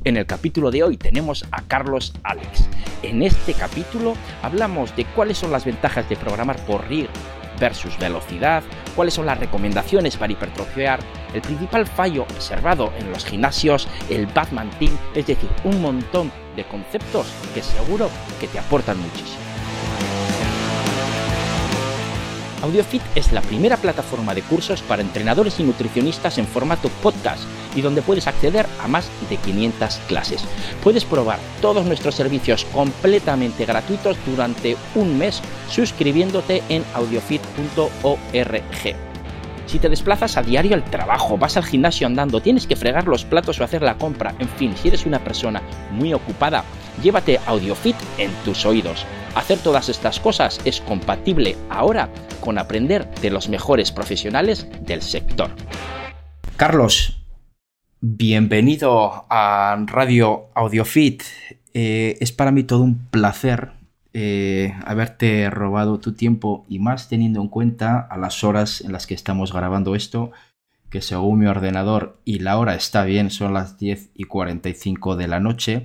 En el capítulo de hoy tenemos a Carlos Alex. En este capítulo hablamos de cuáles son las ventajas de programar por RIR versus velocidad, cuáles son las recomendaciones para hipertrofiar, el principal fallo observado en los gimnasios, el Batman Team, es decir, un montón de conceptos que seguro que te aportan muchísimo. AudioFit es la primera plataforma de cursos para entrenadores y nutricionistas en formato podcast y donde puedes acceder a más de 500 clases. Puedes probar todos nuestros servicios completamente gratuitos durante un mes suscribiéndote en audiofit.org. Si te desplazas a diario al trabajo, vas al gimnasio andando, tienes que fregar los platos o hacer la compra, en fin, si eres una persona muy ocupada, llévate AudioFit en tus oídos. Hacer todas estas cosas es compatible ahora con aprender de los mejores profesionales del sector. Carlos, bienvenido a Radio AudioFit. Es para mí todo un placer haberte robado tu tiempo y más teniendo en cuenta a las horas en las que estamos grabando esto, que según mi ordenador y la hora está bien, son las 10:45 de la noche.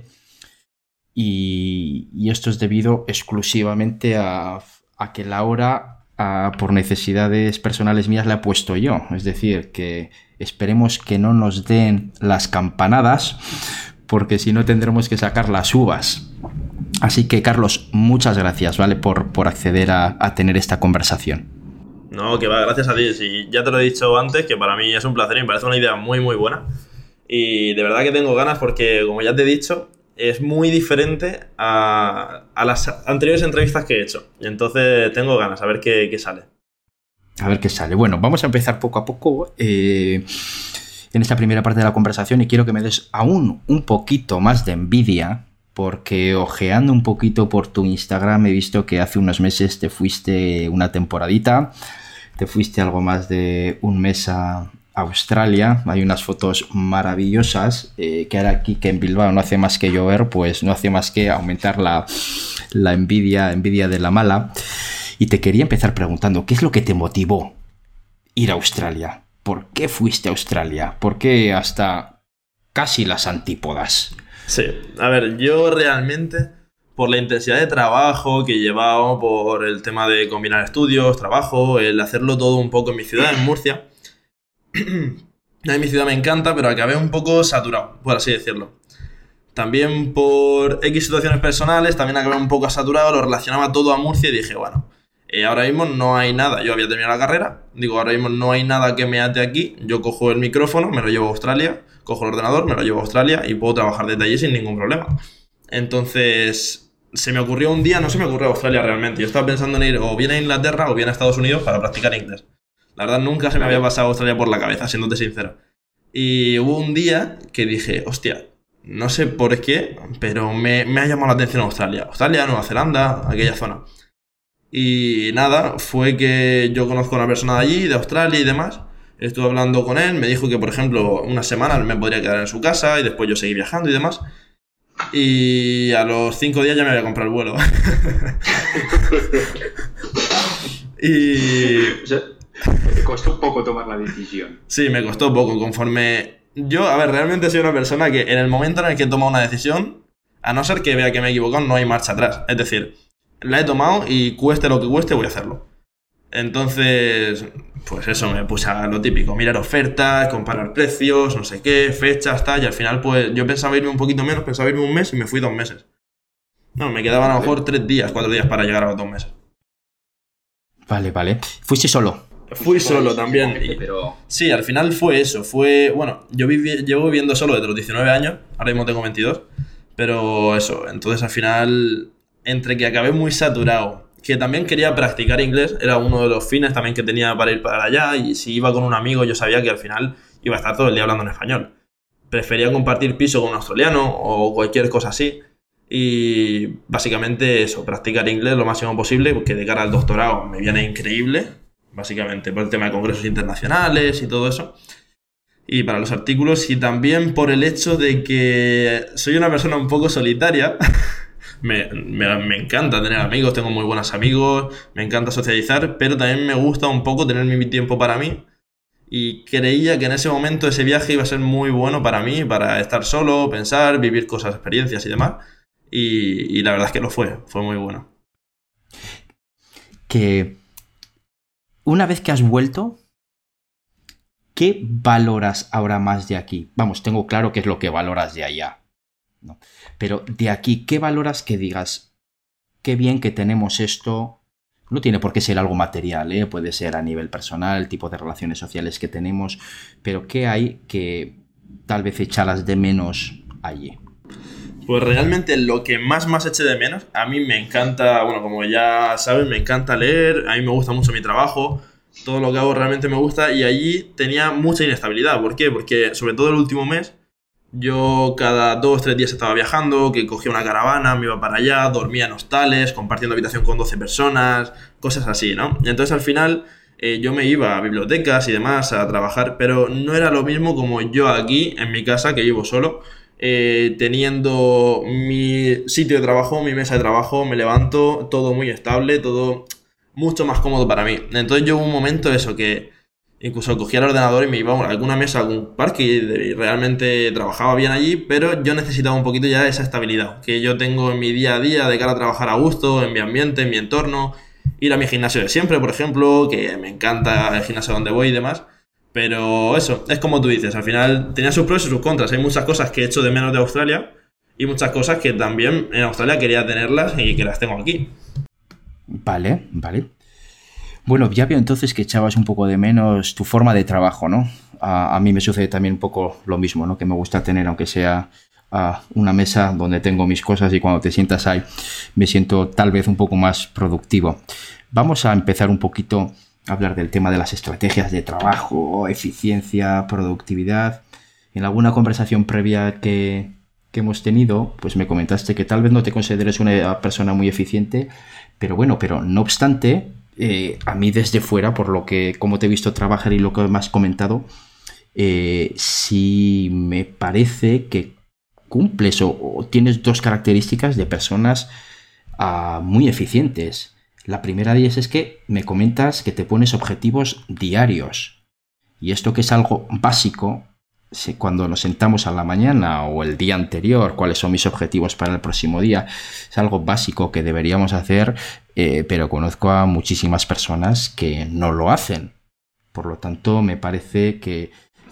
Y esto es debido exclusivamente a que la hora, por necesidades personales mías, la he puesto yo. Es decir, que esperemos que no nos den las campanadas, porque si no tendremos que sacar las uvas. Así que, Carlos, muchas gracias, ¿vale? Por acceder a tener esta conversación. No, que va, gracias a ti. Sí, ya te lo he dicho antes, que para mí es un placer y me parece una idea muy, muy buena. Y de verdad que tengo ganas porque, como ya te he dicho, es muy diferente a las anteriores entrevistas que he hecho. Y entonces tengo ganas, a ver qué sale. A ver qué sale. Bueno, vamos a empezar poco a poco en esta primera parte de la conversación y quiero que me des aún un poquito más de envidia porque ojeando un poquito por tu Instagram he visto que hace unos meses te fuiste una temporadita, te fuiste algo más de un mes a Australia. Hay unas fotos maravillosas que ahora aquí que en Bilbao no hace más que llover, pues no hace más que aumentar la envidia de la mala. Y te quería empezar preguntando, ¿qué es lo que te motivó ir a Australia? ¿Por qué fuiste a Australia? ¿Por qué hasta casi las antípodas? Sí, a ver, yo realmente, por la intensidad de trabajo que he llevado, por el tema de combinar estudios, trabajo, el hacerlo todo un poco en mi ciudad, en Murcia. A mí mi ciudad me encanta, pero acabé un poco saturado, por así decirlo. También por X situaciones personales, también acabé un poco saturado, lo relacionaba todo a Murcia y dije, bueno, ahora mismo no hay nada. Yo había terminado la carrera, digo, ahora mismo no hay nada que me ate aquí. Yo cojo el micrófono, me lo llevo a Australia, cojo el ordenador, me lo llevo a Australia y puedo trabajar desde allí sin ningún problema. Entonces, se me ocurrió un día, no se me ocurrió a Australia realmente. Yo estaba pensando en ir o bien a Inglaterra o bien a Estados Unidos para practicar inglés. La verdad, nunca se me había pasado Australia por la cabeza, siéndote sincero. Y hubo un día que dije, hostia, no sé por qué, pero me ha llamado la atención Australia. Australia, Nueva Zelanda, aquella zona. Y nada, fue que yo conozco a una persona de allí, de Australia y demás. Estuve hablando con él, me dijo que, por ejemplo, una semana me podría quedar en su casa y después yo seguí viajando y demás. Y a los 5 días ya me había comprado el vuelo. Y... Te costó un poco tomar la decisión. Sí, me costó poco. Conforme... Yo, a ver, realmente soy una persona que en el momento en el que he tomado una decisión, a no ser que vea que me he equivocado, no hay marcha atrás. Es decir, la he tomado y cueste lo que cueste, voy a hacerlo. Entonces, pues eso, me puse a lo típico, mirar ofertas, comparar precios, no sé qué, fechas, tal, y al final pues yo pensaba irme un poquito menos, pensaba irme un mes y me fui 2 meses. No, me quedaban a lo mejor 3 días, 4 días para llegar a los 2 meses. Vale. ¿Fuiste solo? Fui solo también. Pero... Sí, al final fue eso. Bueno, yo llevo viviendo solo desde los 19 años, ahora mismo tengo 22, pero eso, entonces al final, entre que acabé muy saturado, que también quería practicar inglés, era uno de los fines también que tenía para ir para allá, y si iba con un amigo yo sabía que al final iba a estar todo el día hablando en español. Prefería compartir piso con un australiano o cualquier cosa así, y básicamente eso, practicar inglés lo máximo posible, porque de cara al doctorado me viene increíble, básicamente por el tema de congresos internacionales y todo eso, y para los artículos, y también por el hecho de que soy una persona un poco solitaria. Me encanta tener amigos, tengo muy buenos amigos, me encanta socializar, pero también me gusta un poco tener mi tiempo para mí y creía que en ese momento ese viaje iba a ser muy bueno para mí, para estar solo, pensar, vivir cosas, experiencias y demás. Y la verdad es que lo fue muy bueno. Que una vez que has vuelto, ¿qué valoras ahora más de aquí? Vamos, tengo claro qué es lo que valoras de allá, ¿no? Pero de aquí, ¿qué valoras que digas? Qué bien que tenemos esto. No tiene por qué ser algo material, ¿eh? Puede ser a nivel personal, el tipo de relaciones sociales que tenemos, pero ¿qué hay que tal vez echaras de menos allí? Pues realmente lo que más eché de menos, a mí me encanta, bueno, como ya sabes, me encanta leer, a mí me gusta mucho mi trabajo, todo lo que hago realmente me gusta, y allí tenía mucha inestabilidad. ¿Por qué? Porque sobre todo el último mes, yo cada 2-3 días estaba viajando, que cogía una caravana, me iba para allá, dormía en hostales, compartiendo habitación con 12 personas, cosas así, ¿no? Y entonces al final yo me iba a bibliotecas y demás a trabajar, pero no era lo mismo como yo aquí, en mi casa, que vivo solo, teniendo mi sitio de trabajo, mi mesa de trabajo, me levanto, todo muy estable, todo mucho más cómodo para mí. Entonces yo hubo un momento eso que incluso cogía el ordenador y me iba a alguna mesa, a algún parque y realmente trabajaba bien allí, pero yo necesitaba un poquito ya esa estabilidad que yo tengo en mi día a día de cara a trabajar a gusto, en mi ambiente, en mi entorno, ir a mi gimnasio de siempre, por ejemplo, que me encanta el gimnasio donde voy y demás. Pero eso, es como tú dices, al final tenía sus pros y sus contras. Hay muchas cosas que he hecho de menos de Australia y muchas cosas que también en Australia quería tenerlas y que las tengo aquí. Vale. Bueno, ya veo entonces que echabas un poco de menos tu forma de trabajo, ¿no? A mí me sucede también un poco lo mismo, ¿no? Que me gusta tener, aunque sea una mesa donde tengo mis cosas, y cuando te sientas ahí me siento tal vez un poco más productivo. Vamos a empezar un poquito a hablar del tema de las estrategias de trabajo, eficiencia, productividad. En alguna conversación previa que hemos tenido, pues me comentaste que tal vez no te consideres una persona muy eficiente, pero no obstante, a mí desde fuera, por lo que como te he visto trabajar y lo que me has comentado, sí me parece que cumples o tienes dos características de personas muy eficientes. La primera de ellas es que me comentas que te pones objetivos diarios. Y esto, que es algo básico, cuando nos sentamos a la mañana o el día anterior, cuáles son mis objetivos para el próximo día, es algo básico que deberíamos hacer, pero conozco a muchísimas personas que no lo hacen. Por lo tanto, me parece que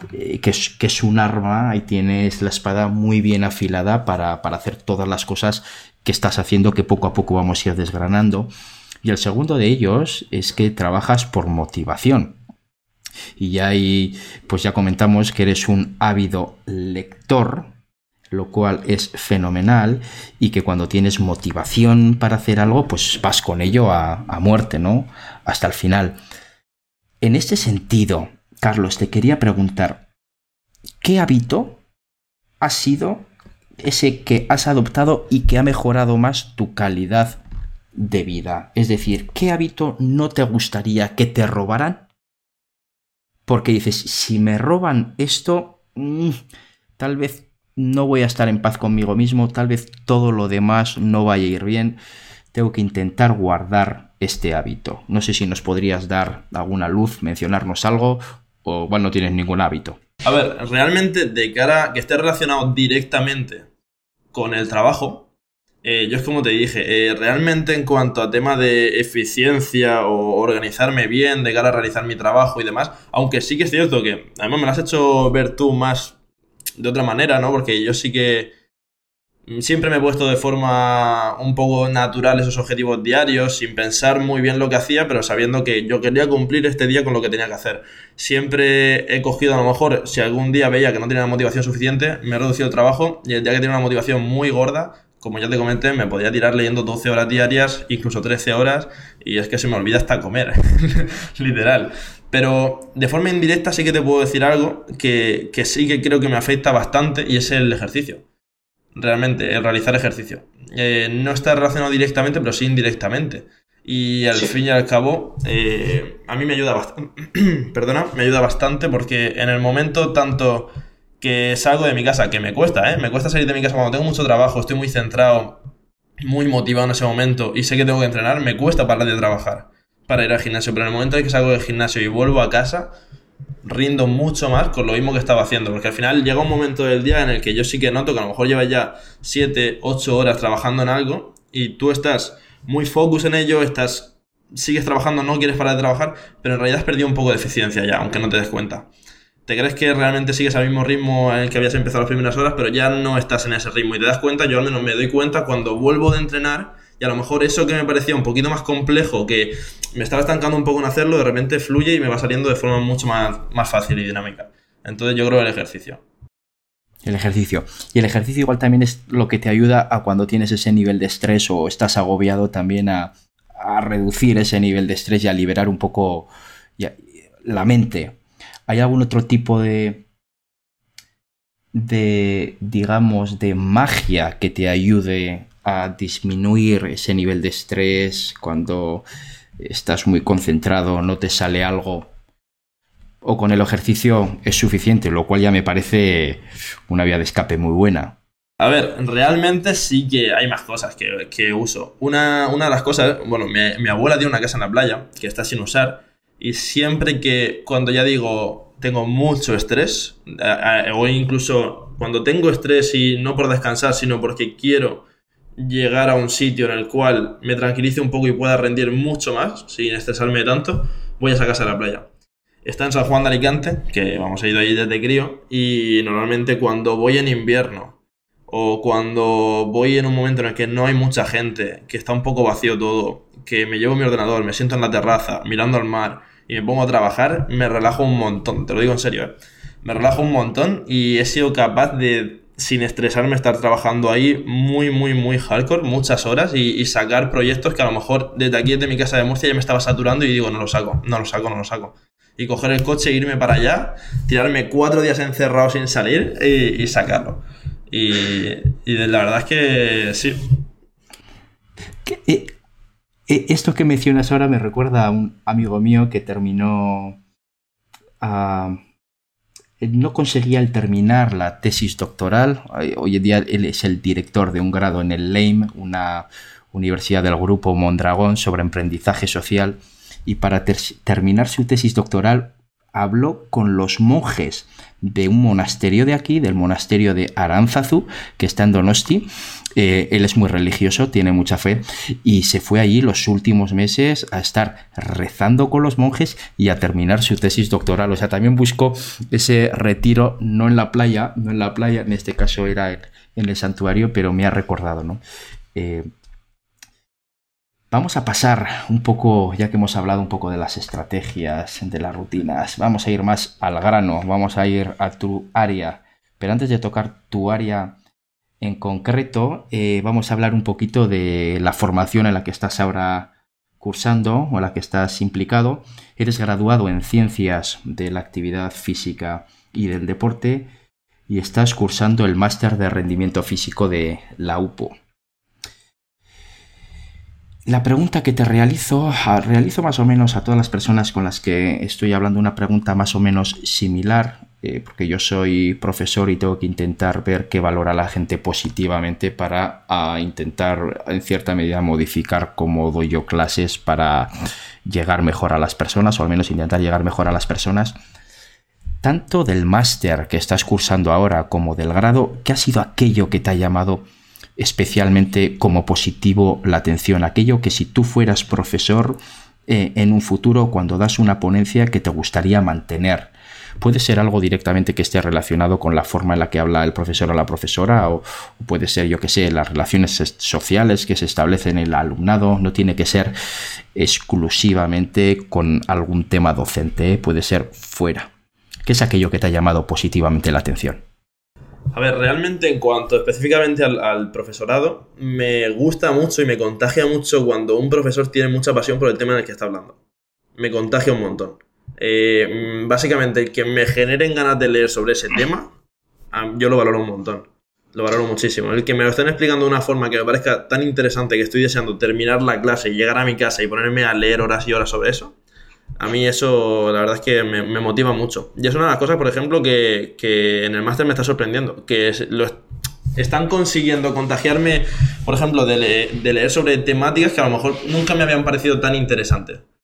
es un arma y tienes la espada muy bien afilada para hacer todas las cosas que estás haciendo, que poco a poco vamos a ir desgranando. Y el segundo de ellos es que trabajas por motivación. Y ya ahí, pues ya comentamos que eres un ávido lector, lo cual es fenomenal, y que cuando tienes motivación para hacer algo, pues vas con ello a muerte, ¿no? Hasta el final. En este sentido, Carlos, te quería preguntar, ¿qué hábito ha sido ese que has adoptado y que ha mejorado más tu calidad de vida? Es decir, ¿qué hábito no te gustaría que te robaran? Porque dices, si me roban esto, tal vez no voy a estar en paz conmigo mismo, tal vez todo lo demás no vaya a ir bien, tengo que intentar guardar este hábito. No sé si nos podrías dar alguna luz, mencionarnos algo, o igual no tienes ningún hábito. A ver, realmente de cara a que esté relacionado directamente con el trabajo, yo es como te dije, realmente en cuanto a tema de eficiencia o organizarme bien de cara a realizar mi trabajo y demás, aunque sí que es cierto que además me lo has hecho ver tú más de otra manera, ¿no? Porque yo sí que siempre me he puesto de forma un poco natural esos objetivos diarios, sin pensar muy bien lo que hacía, pero sabiendo que yo quería cumplir este día con lo que tenía que hacer. Siempre he cogido, a lo mejor, si algún día veía que no tenía la motivación suficiente, me he reducido el trabajo, y el día que tenía una motivación muy gorda, como ya te comenté, me podía tirar leyendo 12 horas diarias, incluso 13 horas, y es que se me olvida hasta comer, literal. Pero de forma indirecta sí que te puedo decir algo que sí que creo que me afecta bastante, y es el ejercicio. Realmente, el realizar ejercicio. No está relacionado directamente, pero sí indirectamente. Y al fin y al cabo, a mí me ayuda bastante. Me ayuda bastante porque en el momento tanto que salgo de mi casa, que me cuesta salir de mi casa cuando tengo mucho trabajo, estoy muy centrado, muy motivado en ese momento y sé que tengo que entrenar, me cuesta parar de trabajar para ir al gimnasio. Pero en el momento en que salgo del gimnasio y vuelvo a casa, rindo mucho más con lo mismo que estaba haciendo, porque al final llega un momento del día en el que yo sí que noto que a lo mejor llevas ya 7, 8 horas trabajando en algo y tú estás muy focus en ello, sigues trabajando, no quieres parar de trabajar, pero en realidad has perdido un poco de eficiencia ya, aunque no te des cuenta. Te crees que realmente sigues al mismo ritmo en el que habías empezado las primeras horas, pero ya no estás en ese ritmo y te das cuenta. Yo al menos me doy cuenta cuando vuelvo de entrenar y a lo mejor eso que me parecía un poquito más complejo, que me estaba estancando un poco en hacerlo, de repente fluye y me va saliendo de forma mucho más fácil y dinámica. Entonces yo creo el ejercicio. El ejercicio. Y el ejercicio igual también es lo que te ayuda a cuando tienes ese nivel de estrés o estás agobiado también a reducir ese nivel de estrés y a liberar un poco la mente. ¿Hay algún otro tipo de digamos, de magia que te ayude a disminuir ese nivel de estrés cuando estás muy concentrado, no te sale algo? ¿O con el ejercicio es suficiente? Lo cual ya me parece una vía de escape muy buena. A ver, realmente sí que hay más cosas que uso. Una de las cosas, bueno, mi abuela tiene una casa en la playa que está sin usar y siempre que, cuando ya digo, tengo mucho estrés, o incluso cuando tengo estrés y no por descansar, sino porque quiero llegar a un sitio en el cual me tranquilice un poco y pueda rendir mucho más, sin estresarme tanto, voy a esa casa de la playa. Está en San Juan de Alicante, que vamos, he ido ahí desde crío, y normalmente cuando voy en invierno o cuando voy en un momento en el que no hay mucha gente, que está un poco vacío todo, que me llevo mi ordenador, me siento en la terraza mirando al mar y me pongo a trabajar, me relajo un montón, te lo digo en serio, me relajo un montón y he sido capaz de, sin estresarme, estar trabajando ahí muy hardcore, muchas horas y sacar proyectos que a lo mejor desde aquí, desde mi casa de Murcia, ya me estaba saturando y digo, no lo saco. Y coger el coche e irme para allá, tirarme 4 días encerrado sin salir y sacarlo. Y la verdad es que sí. Esto que mencionas ahora me recuerda a un amigo mío que terminó... no conseguía el terminar la tesis doctoral. Hoy en día él es el director de un grado en el LEIM, una universidad del grupo Mondragón, sobre emprendizaje social. Y para terminar su tesis doctoral habló con los monjes de un monasterio de aquí, del monasterio de Aránzazu, que está en Donosti. Él es muy religioso, tiene mucha fe, y se fue allí los últimos meses a estar rezando con los monjes y a terminar su tesis doctoral. O sea, también buscó ese retiro, no en la playa, en este caso era en el santuario, pero me ha recordado, ¿no? Vamos a pasar un poco, ya que hemos hablado un poco de las estrategias, de las rutinas, vamos a ir más al grano, vamos a ir a tu área. Pero antes de tocar tu área en concreto, vamos a hablar un poquito de la formación en la que estás ahora cursando o en la que estás implicado. Eres graduado en Ciencias de la Actividad Física y del Deporte y estás cursando el Máster de Rendimiento Físico de la UPO. La pregunta que te realizo más o menos a todas las personas con las que estoy hablando, una pregunta más o menos similar, porque yo soy profesor y tengo que intentar ver qué valora la gente positivamente para intentar en cierta medida modificar cómo doy yo clases para llegar mejor a las personas, o al menos intentar llegar mejor a las personas. Tanto del máster que estás cursando ahora como del grado, ¿qué ha sido aquello que te ha llamado especialmente como positivo la atención? Aquello que si tú fueras profesor en un futuro, cuando das una ponencia, que te gustaría mantener. Puede ser algo directamente que esté relacionado con la forma en la que habla el profesor o la profesora, o puede ser, yo que sé, las relaciones sociales que se establecen en el alumnado. No tiene que ser exclusivamente con algún tema docente, puede ser fuera. ¿Qué es aquello que te ha llamado positivamente la atención? A ver, realmente en cuanto específicamente al profesorado, me gusta mucho y me contagia mucho cuando un profesor tiene mucha pasión por el tema en el que está hablando. Me contagia un montón. Básicamente, el que me generen ganas de leer sobre ese tema, yo lo valoro un montón. Lo valoro muchísimo. El que me lo estén explicando de una forma que me parezca tan interesante que estoy deseando terminar la clase y llegar a mi casa y ponerme a leer horas y horas sobre eso, a mí eso, la verdad es que me motiva mucho. Y es una de las cosas, por ejemplo, que en el máster me está sorprendiendo. Que están consiguiendo contagiarme, por ejemplo, de leer sobre temáticas que a lo mejor nunca me habían parecido tan interesantes.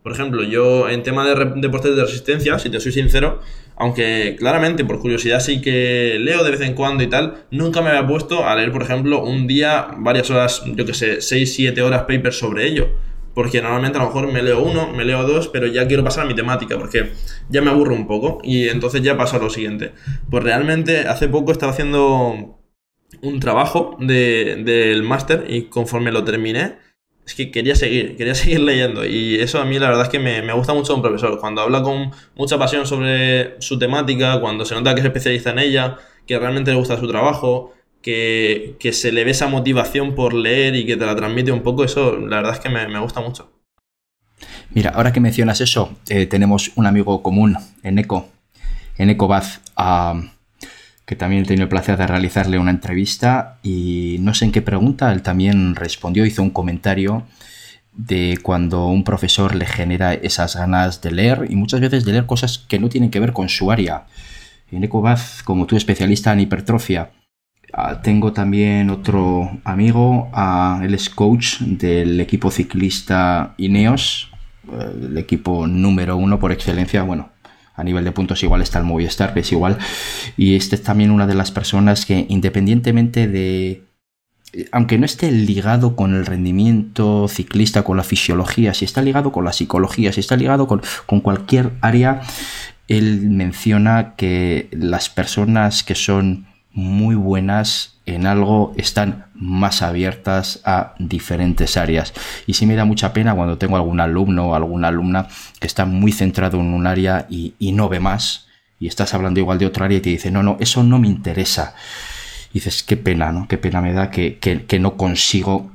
Por ejemplo, yo en tema de deportes de resistencia, si te soy sincero, aunque claramente por curiosidad sí que leo de vez en cuando y tal, nunca me había puesto a leer, por ejemplo, un día, varias horas, yo que sé, 6-7 horas papers sobre ello. Porque normalmente a lo mejor me leo uno, me leo dos, pero ya quiero pasar a mi temática, porque ya me aburro un poco y entonces ya paso a lo siguiente. Pues realmente hace poco estaba haciendo un trabajo del máster y conforme lo terminé, es que quería seguir leyendo, y eso a mí la verdad es que me gusta mucho de un profesor, cuando habla con mucha pasión sobre su temática, cuando se nota que es especialista en ella, que realmente le gusta su trabajo, que se le ve esa motivación por leer y que te la transmite un poco, eso la verdad es que me gusta mucho. Mira, ahora que mencionas eso, tenemos un amigo común, Eneco Baz, que también he tenido el placer de realizarle una entrevista, y no sé en qué pregunta, él también respondió, hizo un comentario de cuando un profesor le genera esas ganas de leer, y muchas veces de leer cosas que no tienen que ver con su área. Eneco Baz, como tú, especialista en hipertrofia. Tengo también otro amigo, él es coach del equipo ciclista Ineos, el equipo número 1 por excelencia, bueno, a nivel de puntos igual está el Movistar, que es igual, y este es también una de las personas que, independientemente de, aunque no esté ligado con el rendimiento ciclista, con la fisiología, si está ligado con la psicología, si está ligado con cualquier área, él menciona que las personas que son muy buenas en algo están más abiertas a diferentes áreas, y sí me da mucha pena cuando tengo algún alumno o alguna alumna que está muy centrado en un área y no ve más, y estás hablando igual de otra área y te dice no, eso no me interesa, y dices qué pena, ¿no? Qué pena me da que no consigo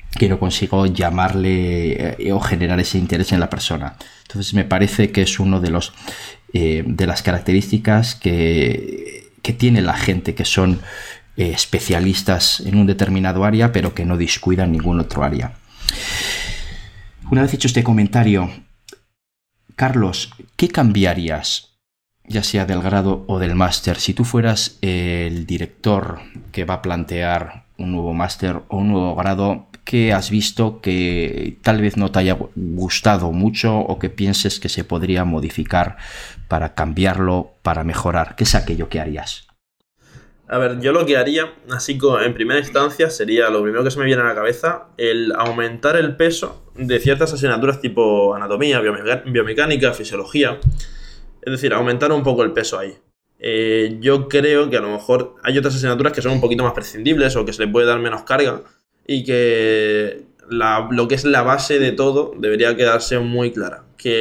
llamarle o generar ese interés en la persona. Entonces me parece que es uno de las características que tiene la gente que son especialistas en un determinado área, pero que no descuidan ningún otro área. Una vez hecho este comentario, Carlos, ¿qué cambiarías, ya sea del grado o del máster, si tú fueras el director que va a plantear un nuevo máster o un nuevo grado que has visto que tal vez no te haya gustado mucho o que pienses que se podría modificar para cambiarlo, para mejorar? ¿Qué es aquello que harías? A ver, yo lo que haría, así como en primera instancia, sería lo primero que se me viene a la cabeza, el aumentar el peso de ciertas asignaturas tipo anatomía, biomecánica, fisiología. Es decir, aumentar un poco el peso ahí. Yo creo que a lo mejor hay otras asignaturas que son un poquito más prescindibles o que se le puede dar menos carga, y que lo que es la base de todo debería quedarse muy clara.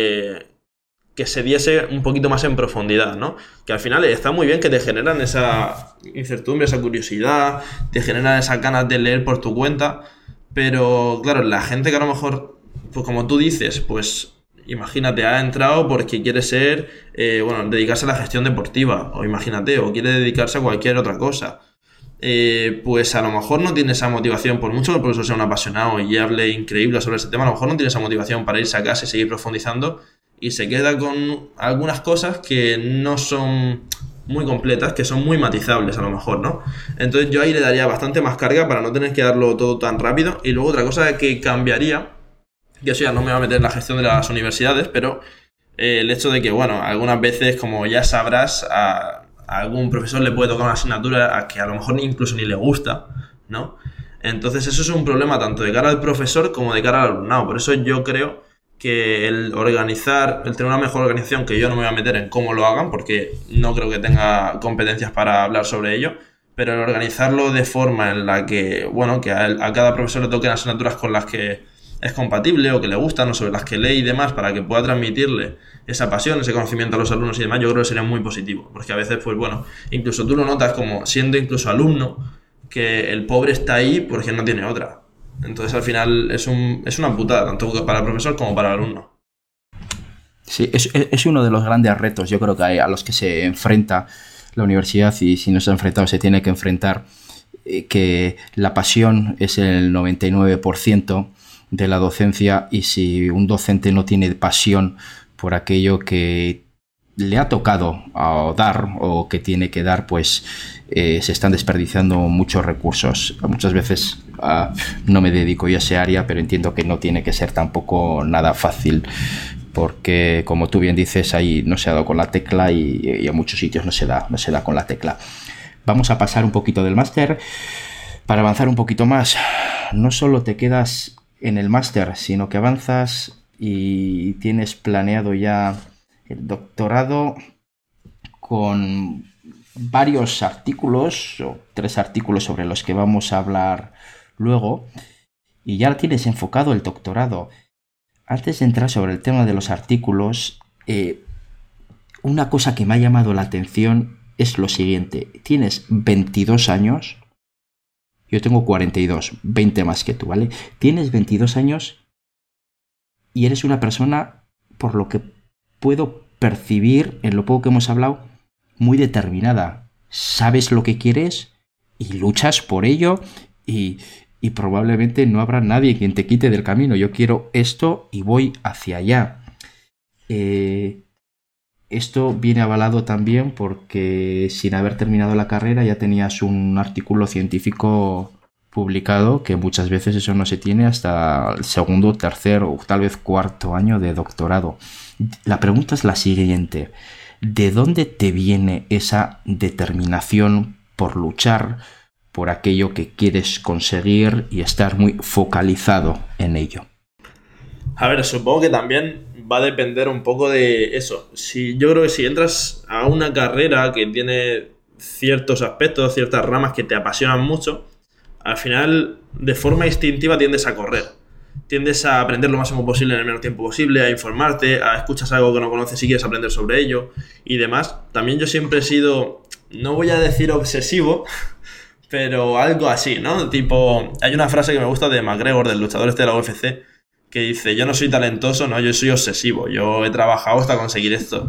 Que se diese un poquito más en profundidad, ¿no? Que al final está muy bien que te generan esa incertidumbre, esa curiosidad, te generan esas ganas de leer por tu cuenta, pero claro, la gente que a lo mejor, pues como tú dices, pues imagínate, ha entrado porque quiere ser, dedicarse a la gestión deportiva, o imagínate, o quiere dedicarse a cualquier otra cosa. Pues a lo mejor no tiene esa motivación, por mucho que el profesor sea un apasionado y hable increíble sobre ese tema, a lo mejor no tiene esa motivación para irse a casa y seguir profundizando, y se queda con algunas cosas que no son muy completas, que son muy matizables a lo mejor, ¿no? Entonces yo ahí le daría bastante más carga para no tener que darlo todo tan rápido. Y luego otra cosa que cambiaría, que eso ya no me va a meter en la gestión de las universidades, pero el hecho de que, bueno, algunas veces, como ya sabrás, a algún profesor le puede tocar una asignatura a que a lo mejor incluso ni le gusta, ¿no? Entonces eso es un problema tanto de cara al profesor como de cara al alumnado. Por eso yo creo que el tener una mejor organización, que yo no me voy a meter en cómo lo hagan porque no creo que tenga competencias para hablar sobre ello, pero el organizarlo de forma en la que, bueno, que a cada profesor le toquen asignaturas con las que es compatible o que le gustan o sobre las que lee y demás, para que pueda transmitirle esa pasión, ese conocimiento a los alumnos y demás, yo creo que sería muy positivo, porque a veces, pues bueno, incluso tú lo notas como siendo incluso alumno, que el pobre está ahí porque no tiene otra. Entonces al final es una putada, tanto para el profesor como para el alumno. Sí, es uno de los grandes retos, yo creo que a los que se enfrenta la universidad, y si no se ha enfrentado se tiene que enfrentar, que la pasión es el 99% de la docencia, y si un docente no tiene pasión por aquello que le ha tocado dar o que tiene que dar, pues se están desperdiciando muchos recursos. Muchas veces no me dedico yo a ese área, pero entiendo que no tiene que ser tampoco nada fácil, porque como tú bien dices, ahí no se ha dado con la tecla y en muchos sitios no se da con la tecla. Vamos a pasar un poquito del máster para avanzar un poquito más. No solo te quedas en el máster, sino que avanzas y tienes planeado ya el doctorado con varios artículos, o 3 artículos sobre los que vamos a hablar luego, y ya tienes enfocado el doctorado. Antes de entrar sobre el tema de los artículos, una cosa que me ha llamado la atención es lo siguiente. Tienes 22 años, yo tengo 42, 20 más que tú, ¿vale? Tienes 22 años y eres una persona, por lo que puedo percibir en lo poco que hemos hablado, muy determinada. Sabes lo que quieres y luchas por ello y probablemente no habrá nadie quien te quite del camino. Yo quiero esto y voy hacia allá. Esto viene avalado también porque sin haber terminado la carrera ya tenías un artículo científico publicado, que muchas veces eso no se tiene hasta el segundo, tercer o tal vez cuarto año de doctorado. La pregunta es la siguiente: ¿de dónde te viene esa determinación por luchar por aquello que quieres conseguir y estar muy focalizado en ello? A ver, supongo que también va a depender un poco de eso. Yo creo que si entras a una carrera que tiene ciertos aspectos, ciertas ramas que te apasionan mucho, al final, de forma instintiva, tiendes a correr. Tiendes a aprender lo máximo posible en el menor tiempo posible, a informarte, a escuchas algo que no conoces y quieres aprender sobre ello y demás. También yo siempre he sido, no voy a decir obsesivo, pero algo así, ¿no? Tipo, hay una frase que me gusta de McGregor, del luchador este de la UFC, que dice: yo no soy talentoso, no, yo soy obsesivo, yo he trabajado hasta conseguir esto.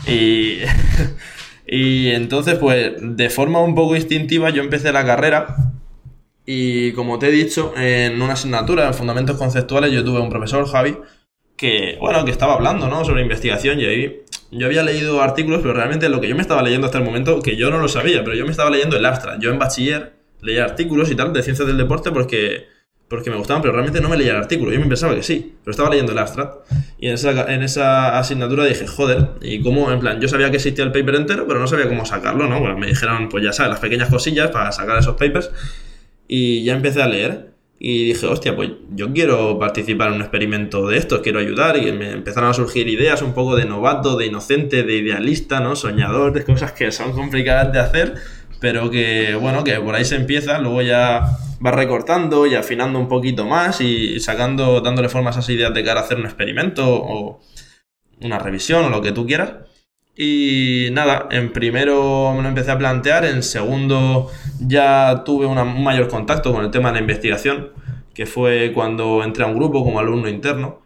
Y entonces, pues, de forma un poco instintiva, yo empecé la carrera y, como te he dicho, en una asignatura, en Fundamentos Conceptuales, yo tuve un profesor, Javi, que estaba hablando, ¿no?, sobre investigación, y ahí yo había leído artículos, pero realmente lo que yo me estaba leyendo hasta el momento, que yo no lo sabía, pero yo me estaba leyendo el abstract. Yo en bachiller leía artículos y tal de ciencias del deporte porque me gustaban, pero realmente no me leía el artículo. Yo me pensaba que sí, pero estaba leyendo el abstract. Y en esa asignatura dije, joder, y cómo, en plan, yo sabía que existía el paper entero, pero no sabía cómo sacarlo, ¿no? Bueno, me dijeron, pues ya sabes, las pequeñas cosillas para sacar esos papers. Y ya empecé a leer y dije, hostia, pues yo quiero participar en un experimento de estos, quiero ayudar. Y me empezaron a surgir ideas un poco de novato, de inocente, de idealista, ¿no? Soñador, de cosas que son complicadas de hacer, pero que, bueno, que por ahí se empieza, luego ya vas recortando y afinando un poquito más y sacando, dándole forma a esas ideas de cara a hacer un experimento o una revisión o lo que tú quieras. Y nada, en primero me lo empecé a plantear, en segundo ya tuve un mayor contacto con el tema de la investigación, que fue cuando entré a un grupo como alumno interno.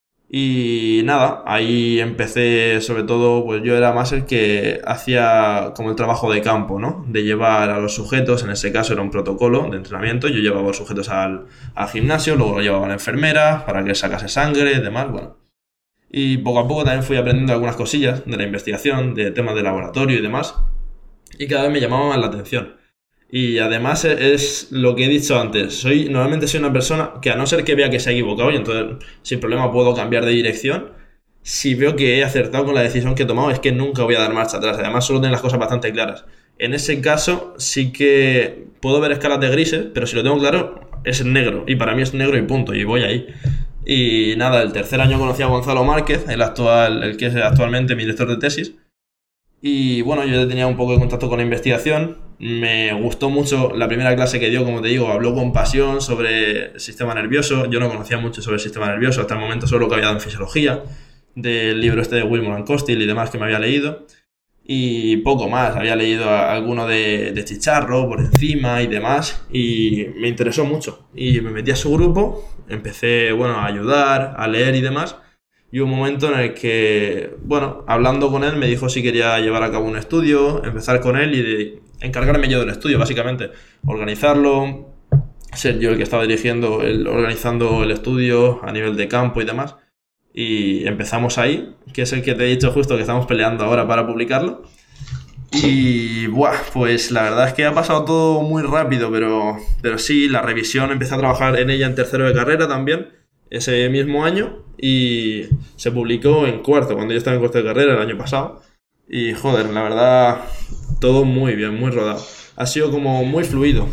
Y nada, ahí empecé, sobre todo, pues yo era más el que hacía como el trabajo de campo, ¿no? De llevar a los sujetos, en ese caso era un protocolo de entrenamiento, yo llevaba a los sujetos al gimnasio, luego lo llevaba a la enfermera para que sacase sangre y demás, bueno. Y poco a poco también fui aprendiendo algunas cosillas de la investigación, de temas de laboratorio y demás, y cada vez me llamaba más la atención. Y además es lo que he dicho antes, normalmente soy una persona que, a no ser que vea que se ha equivocado, y entonces sin problema puedo cambiar de dirección, si veo que he acertado con la decisión que he tomado, es que nunca voy a dar marcha atrás. Además suelo tener las cosas bastante claras. En ese caso sí que puedo ver escalas de grises, pero si lo tengo claro es negro, y para mí es negro y punto, y voy ahí. Y nada, el tercer año conocí a Gonzalo Márquez, el que es actualmente mi director de tesis. Y bueno, yo tenía un poco de contacto con la investigación. Me gustó mucho la primera clase que dio, como te digo, habló con pasión sobre el sistema nervioso. Yo no conocía mucho sobre el sistema nervioso, hasta el momento solo lo que había dado en fisiología, del libro este de Wilmore and Costil y demás que me había leído. Y poco más, había leído alguno de Chicharro por encima y demás, y me interesó mucho. Y me metí a su grupo, empecé, a ayudar, a leer y demás. Y hubo un momento en el que, hablando con él, me dijo si quería llevar a cabo un estudio, empezar con él y encargarme yo del estudio, básicamente. Organizarlo, ser yo el que estaba organizando el estudio a nivel de campo y demás. Y empezamos ahí, que es el que te he dicho justo que estamos peleando ahora para publicarlo. Y pues la verdad es que ha pasado todo muy rápido, pero sí, la revisión empecé a trabajar en ella en tercero de carrera también, ese mismo año, y se publicó en cuarto, cuando yo estaba en cuarto de carrera el año pasado. Y joder, la verdad, todo muy bien, muy rodado. Ha sido como muy fluido.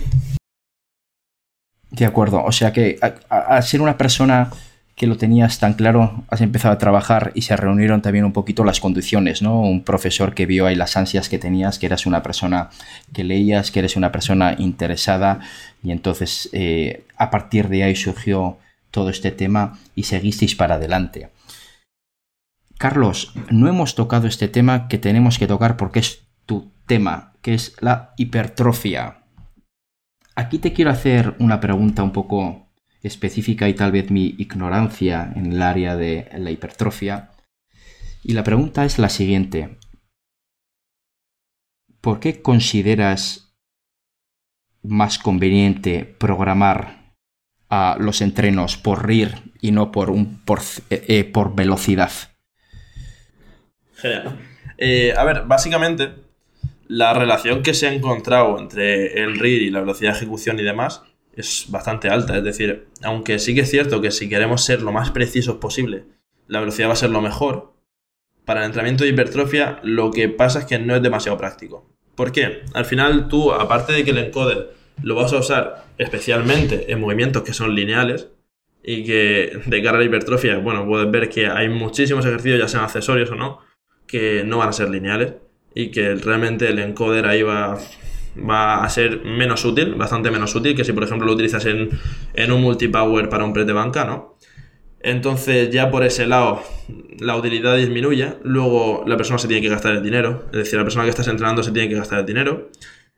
De acuerdo, o sea que al ser una persona que lo tenías tan claro, has empezado a trabajar y se reunieron también un poquito las condiciones, ¿no? Un profesor que vio ahí las ansias que tenías, que eras una persona que leías, que eres una persona interesada, y entonces a partir de ahí surgió todo este tema y seguisteis para adelante. Carlos, no hemos tocado este tema que tenemos que tocar porque es tu tema, que es la hipertrofia. Aquí te quiero hacer una pregunta un poco específica y tal vez mi ignorancia en el área de la hipertrofia. Y la pregunta es la siguiente. ¿Por qué consideras más conveniente programar los entrenos por RIR y no por velocidad? Genial. A ver, básicamente, la relación que se ha encontrado entre el RIR y la velocidad de ejecución y demás es bastante alta. Es decir, aunque sí que es cierto que si queremos ser lo más precisos posible, la velocidad va a ser lo mejor, para el entrenamiento de hipertrofia lo que pasa es que no es demasiado práctico. ¿Por qué? Al final tú, aparte de que el encoder lo vas a usar especialmente en movimientos que son lineales y que de cara a la hipertrofia, bueno, puedes ver que hay muchísimos ejercicios, ya sean accesorios o no, que no van a ser lineales y que realmente el encoder ahí va a ser menos útil, bastante menos útil que si por ejemplo lo utilizas en un multipower para un press de banca, ¿no? Entonces ya por ese lado la utilidad disminuye. Luego la persona se tiene que gastar el dinero, es decir, la persona que estás entrenando se tiene que gastar el dinero.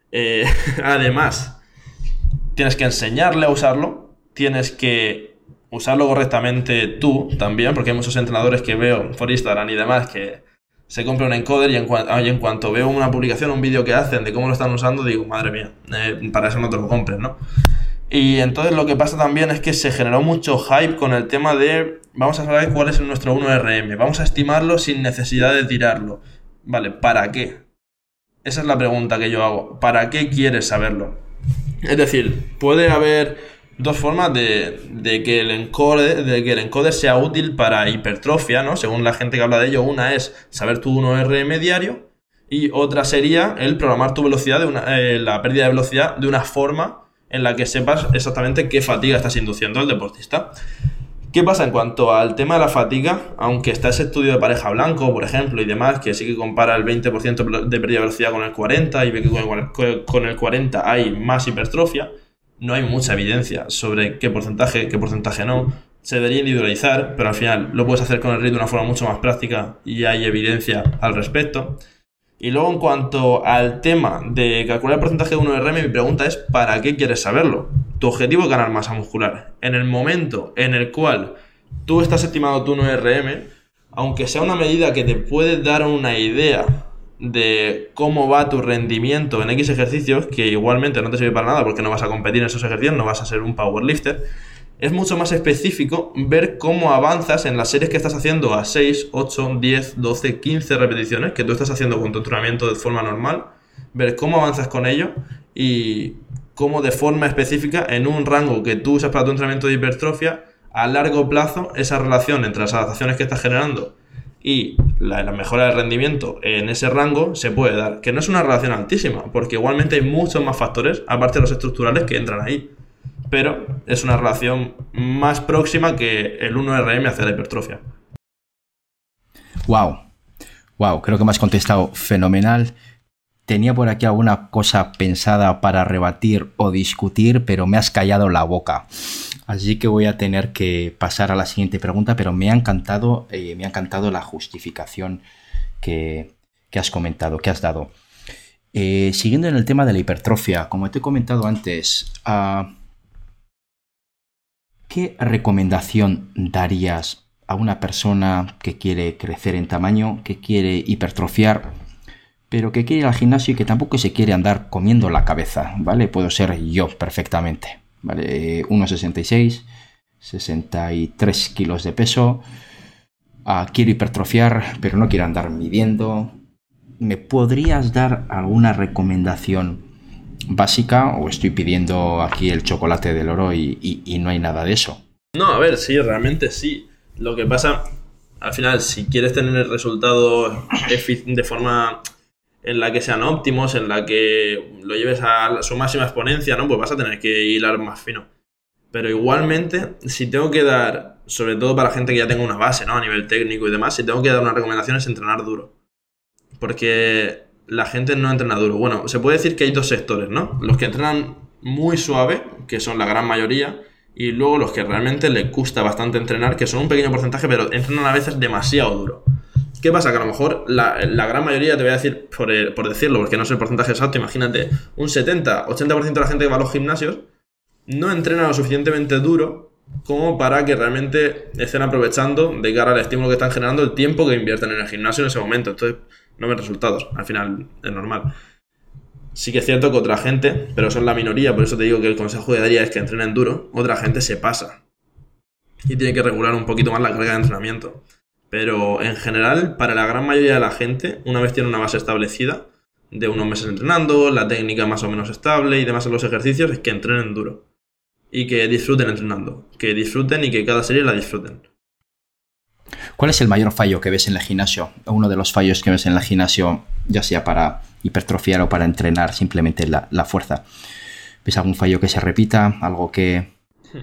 Además tienes que enseñarle a usarlo, tienes que usarlo correctamente tú también, porque hay muchos entrenadores que veo por Instagram y demás que se compra un encoder y en cuanto veo una publicación, un vídeo que hacen de cómo lo están usando, digo, madre mía, para eso no te lo compres, ¿no? Y entonces lo que pasa también es que se generó mucho hype con el tema de vamos a saber cuál es nuestro 1RM, vamos a estimarlo sin necesidad de tirarlo. Vale, ¿para qué? Esa es la pregunta que yo hago. ¿Para qué quieres saberlo? Es decir, puede haber dos formas de que el encoder sea útil para hipertrofia, ¿no? Según la gente que habla de ello, una es saber tu 1RM diario y otra sería el programar tu velocidad, la pérdida de velocidad de una forma en la que sepas exactamente qué fatiga estás induciendo al deportista. ¿Qué pasa en cuanto al tema de la fatiga? Aunque está ese estudio de pareja blanco, por ejemplo, y demás, que sí que compara el 20% de pérdida de velocidad con el 40% y ve que con el 40% hay más hipertrofia, no hay mucha evidencia sobre qué porcentaje no. Se debería individualizar, pero al final lo puedes hacer con el RIR de una forma mucho más práctica y hay evidencia al respecto. Y luego en cuanto al tema de calcular el porcentaje de 1RM, mi pregunta es ¿para qué quieres saberlo? Tu objetivo es ganar masa muscular. En el momento en el cual tú estás estimando tu 1RM, aunque sea una medida que te puede dar una idea de cómo va tu rendimiento en X ejercicios, que igualmente no te sirve para nada porque no vas a competir en esos ejercicios, no vas a ser un powerlifter, es mucho más específico ver cómo avanzas en las series que estás haciendo a 6, 8, 10, 12, 15 repeticiones que tú estás haciendo con tu entrenamiento de forma normal, ver cómo avanzas con ello y cómo de forma específica en un rango que tú usas para tu entrenamiento de hipertrofia, a largo plazo esa relación entre las adaptaciones que estás generando y la mejora de rendimiento en ese rango se puede dar, que no es una relación altísima porque igualmente hay muchos más factores aparte de los estructurales que entran ahí, pero es una relación más próxima que el 1RM hacia la hipertrofia. Wow, creo que me has contestado fenomenal. Tenía por aquí alguna cosa pensada para rebatir o discutir, pero me has callado la boca. Así que voy a tener que pasar a la siguiente pregunta, pero me ha encantado la justificación que has comentado, que has dado. Siguiendo en el tema de la hipertrofia, como te he comentado antes, ¿qué recomendación darías a una persona que quiere crecer en tamaño, que quiere hipertrofiar, pero que quiere ir al gimnasio y que tampoco se quiere andar comiendo la cabeza, ¿vale? Puedo ser yo perfectamente, ¿vale? 1,66, 63 kilos de peso, quiero hipertrofiar, pero no quiero andar midiendo, ¿me podrías dar alguna recomendación básica o estoy pidiendo aquí el chocolate del oro y no hay nada de eso? No, a ver, sí, realmente sí. Lo que pasa, al final, si quieres tener resultados de forma en la que sean óptimos, en la que lo lleves a su máxima exponencia, ¿no? Pues vas a tener que hilar más fino. Pero igualmente, si tengo que dar, sobre todo para gente que ya tenga una base, ¿no? A nivel técnico y demás, si tengo que dar una recomendación es entrenar duro. Porque la gente no entrena duro. Bueno, se puede decir que hay dos sectores, ¿no? Los que entrenan muy suave, que son la gran mayoría, y luego los que realmente les cuesta bastante entrenar, que son un pequeño porcentaje, pero entrenan a veces demasiado duro. ¿Qué pasa? Que a lo mejor la gran mayoría, te voy a decir, por decirlo, porque no sé el porcentaje exacto, imagínate, un 70-80% de la gente que va a los gimnasios no entrena lo suficientemente duro como para que realmente estén aprovechando de cara al estímulo que están generando el tiempo que invierten en el gimnasio en ese momento. Entonces no ven resultados, al final es normal. Sí que es cierto que otra gente, pero son la minoría, por eso te digo que el consejo que daría es que entrenen duro, otra gente se pasa y tiene que regular un poquito más la carga de entrenamiento. Pero en general, para la gran mayoría de la gente, una vez tiene una base establecida, de unos meses entrenando, la técnica más o menos estable y demás en los ejercicios, es que entrenen duro. Y que disfruten entrenando. Que disfruten y que cada serie la disfruten. ¿Cuál es el mayor fallo que ves en el gimnasio? Uno de los fallos que ves en el gimnasio, ya sea para hipertrofiar o para entrenar simplemente la fuerza. ¿Ves algún fallo que se repita? Algo que...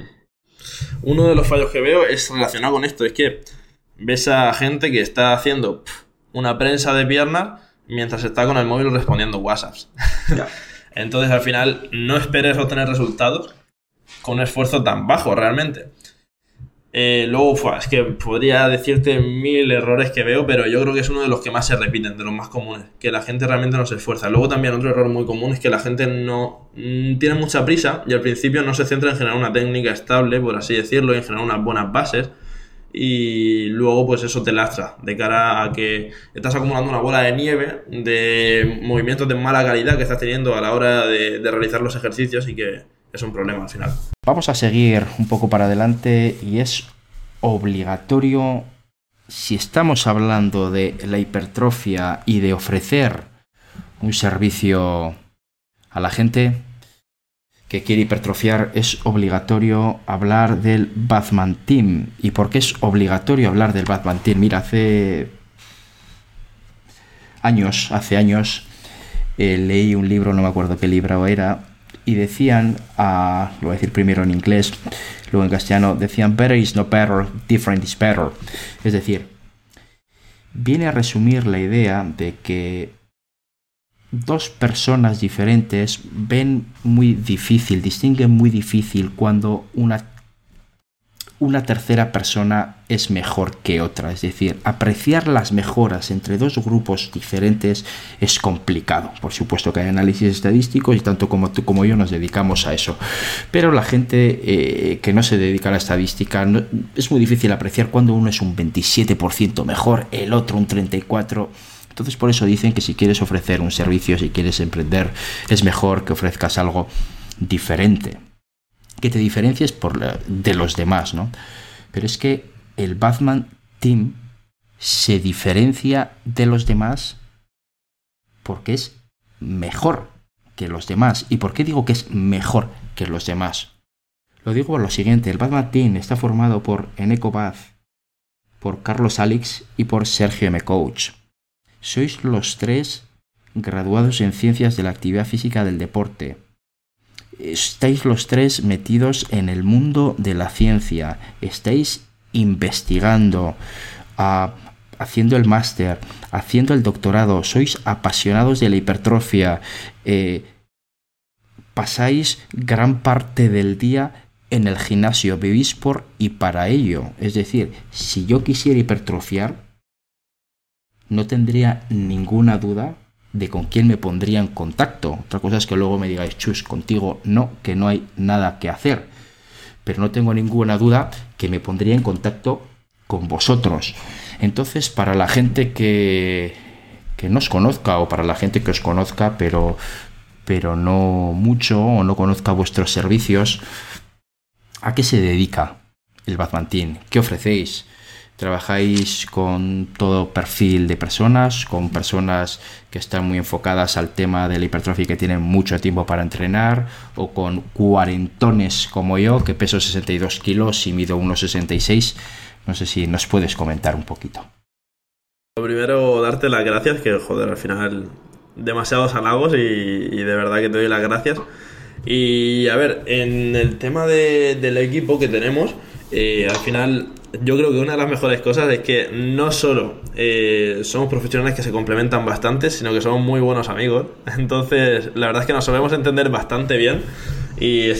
Uno de los fallos que veo es relacionado con esto. Es que ves a gente que está haciendo una prensa de piernas mientras está con el móvil respondiendo WhatsApps. Yeah. Entonces, al final, no esperes obtener resultados con un esfuerzo tan bajo, realmente. Luego, es que podría decirte 1000 errores que veo, pero yo creo que es uno de los que más se repiten, de los más comunes. Que la gente realmente no se esfuerza. Luego también otro error muy común es que la gente no tiene mucha prisa y al principio no se centra en generar una técnica estable, por así decirlo, y en generar unas buenas bases. Y luego pues eso te lastra de cara a que estás acumulando una bola de nieve de movimientos de mala calidad que estás teniendo a la hora de realizar los ejercicios y que es un problema al final. Vamos a seguir un poco para adelante y es obligatorio, si estamos hablando de la hipertrofia y de ofrecer un servicio a la gente que quiere hipertrofiar, es obligatorio hablar del Batman Team. ¿Y por qué es obligatorio hablar del Batman Team? Mira, hace años leí un libro, no me acuerdo qué libro era, y decían, lo voy a decir primero en inglés, luego en castellano, decían better is not better, different is better. Es decir, viene a resumir la idea de que dos personas diferentes ven muy difícil, distinguen muy difícil cuando una tercera persona es mejor que otra. Es decir, apreciar las mejoras entre dos grupos diferentes es complicado. Por supuesto que hay análisis estadísticos y tanto como tú como yo nos dedicamos a eso. Pero la gente que no se dedica a la estadística, es muy difícil apreciar cuando uno es un 27% mejor, el otro un 34%. Entonces por eso dicen que si quieres ofrecer un servicio, si quieres emprender, es mejor que ofrezcas algo diferente, que te diferencies de los demás, ¿no? Pero es que el Batman Team se diferencia de los demás porque es mejor que los demás. ¿Y por qué digo que es mejor que los demás? Lo digo por lo siguiente, el Batman Team está formado por Eneko Baz, por Carlos Alix y por Sergio M. Coach. Sois los tres graduados en Ciencias de la Actividad Física del Deporte. Estáis los tres metidos en el mundo de la ciencia. Estáis investigando, haciendo el máster, haciendo el doctorado. Sois apasionados de la hipertrofia. Pasáis gran parte del día en el gimnasio. Vivís por y para ello. Es decir, si yo quisiera hipertrofiar, no tendría ninguna duda de con quién me pondría en contacto. Otra cosa es que luego me digáis, chus, contigo no, que no hay nada que hacer. Pero no tengo ninguna duda que me pondría en contacto con vosotros. Entonces, para la gente que no os conozca, o para la gente que os conozca, pero no mucho, o no conozca vuestros servicios, ¿a qué se dedica el Batman Team? ¿Qué ofrecéis? ¿Trabajáis con todo perfil de personas, con personas que están muy enfocadas al tema de la hipertrofia y que tienen mucho tiempo para entrenar, o con cuarentones como yo, que peso 62 kilos y mido 1,66? No sé si nos puedes comentar un poquito. Lo primero, darte las gracias, que joder, al final demasiados halagos y de verdad que te doy las gracias. Y a ver, en el tema del equipo que tenemos, al final yo creo que una de las mejores cosas es que no solo somos profesionales que se complementan bastante, sino que somos muy buenos amigos. Entonces la verdad es que nos solemos entender bastante bien y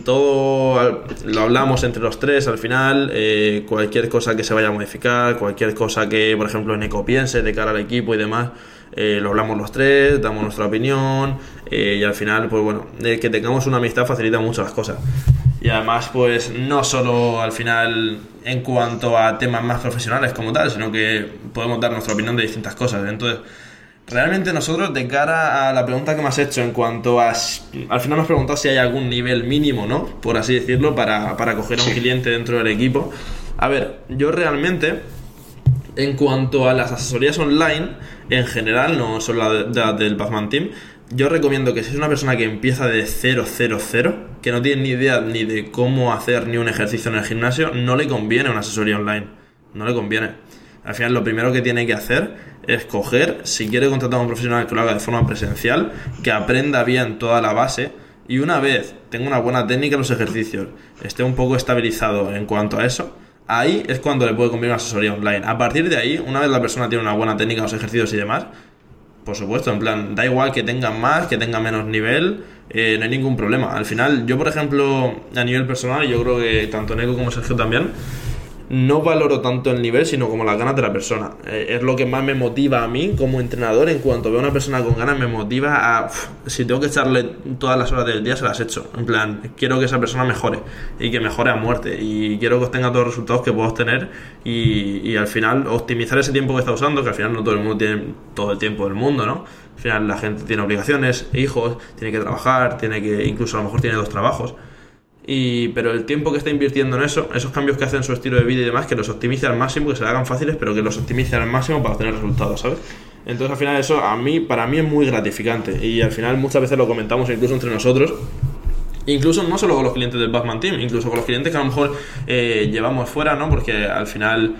todo lo hablamos entre los tres al final. Cualquier cosa que se vaya a modificar, cualquier cosa que por ejemplo Nico piense de cara al equipo y demás, lo hablamos los tres, damos nuestra opinión, y al final pues bueno, que tengamos una amistad facilita mucho las cosas. Y además, pues no solo al final en cuanto a temas más profesionales como tal, sino que podemos dar nuestra opinión de distintas cosas. Entonces, realmente nosotros, de cara a la pregunta que me has hecho en cuanto a... Al final me has preguntado si hay algún nivel mínimo, ¿no? Por así decirlo, para coger a un cliente dentro del equipo. A ver, yo realmente, en cuanto a las asesorías online, en general, no solo la del Batman Team, yo recomiendo que si es una persona que empieza de 0, que no tiene ni idea ni de cómo hacer ni un ejercicio en el gimnasio, no le conviene una asesoría online. No le conviene. Al final lo primero que tiene que hacer es coger, si quiere contratar a un profesional que lo haga de forma presencial, que aprenda bien toda la base, y una vez tenga una buena técnica en los ejercicios, esté un poco estabilizado en cuanto a eso, ahí es cuando le puede convenir una asesoría online. A partir de ahí, una vez la persona tiene una buena técnica en los ejercicios y demás, por supuesto, en plan, da igual que tengan más, que tengan menos nivel, no hay ningún problema. Al final, yo por ejemplo, a nivel personal, yo creo que tanto Neko como Sergio también, no valoro tanto el nivel, sino como las ganas de la persona. Es lo que más me motiva a mí como entrenador. En cuanto veo a una persona con ganas, me motiva a... si tengo que echarle todas las horas del día, se las echo. En plan, quiero que esa persona mejore, y que mejore a muerte, y quiero que obtenga todos los resultados que puedo obtener, y al final optimizar ese tiempo que está usando, que al final no todo el mundo tiene todo el tiempo del mundo, ¿no? Al final la gente tiene obligaciones, hijos, tiene que trabajar, tiene que... incluso a lo mejor tiene 2 trabajos. Pero el tiempo que está invirtiendo en eso, esos cambios que hace en su estilo de vida y demás, que los optimice al máximo, que se le hagan fáciles, pero que los optimice al máximo para obtener resultados, ¿sabes? Entonces al final eso para mí es muy gratificante, y al final muchas veces lo comentamos incluso entre nosotros, incluso no solo con los clientes del Batman Team, incluso con los clientes que a lo mejor llevamos fuera, ¿no? Porque al final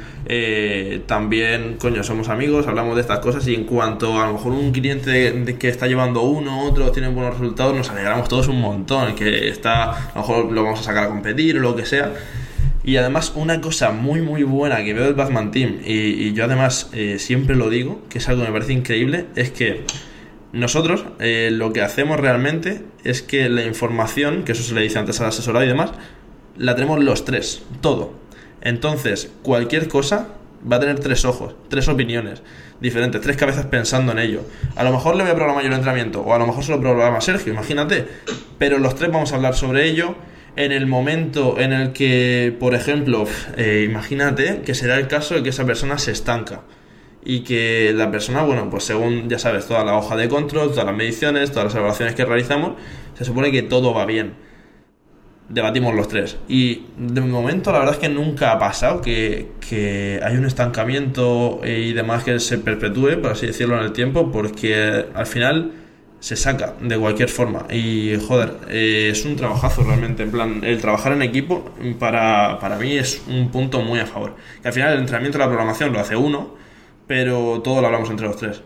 también, coño, somos amigos, hablamos de estas cosas, y en cuanto a lo mejor un cliente que está llevando uno, otro, tiene buenos resultados, nos alegramos todos un montón, que está, a lo mejor lo vamos a sacar a competir o lo que sea. Y además una cosa muy muy buena que veo del Batman Team, y yo además siempre lo digo, que es algo que me parece increíble, es que nosotros lo que hacemos realmente es que la información, que eso se le dice antes al asesorado y demás, la tenemos los tres, todo. Entonces, cualquier cosa va a tener 3 ojos, 3 opiniones diferentes, 3 cabezas pensando en ello. A lo mejor le voy a programar yo el entrenamiento, o a lo mejor se lo programa Sergio, imagínate. Pero los 3 vamos a hablar sobre ello en el momento en el que, por ejemplo, imagínate que será el caso de que esa persona se estanca. Y que la persona, bueno, pues según, ya sabes, toda la hoja de control, todas las mediciones, todas las evaluaciones que realizamos, se supone que todo va bien. Debatimos los 3. Y de momento la verdad es que nunca ha pasado que hay un estancamiento y demás que se perpetúe, por así decirlo, en el tiempo, porque al final se saca de cualquier forma. Y joder, es un trabajazo realmente. En plan, el trabajar en equipo para mí es un punto muy a favor. Que al final el entrenamiento de la programación lo hace uno, pero todo lo hablamos entre los 3.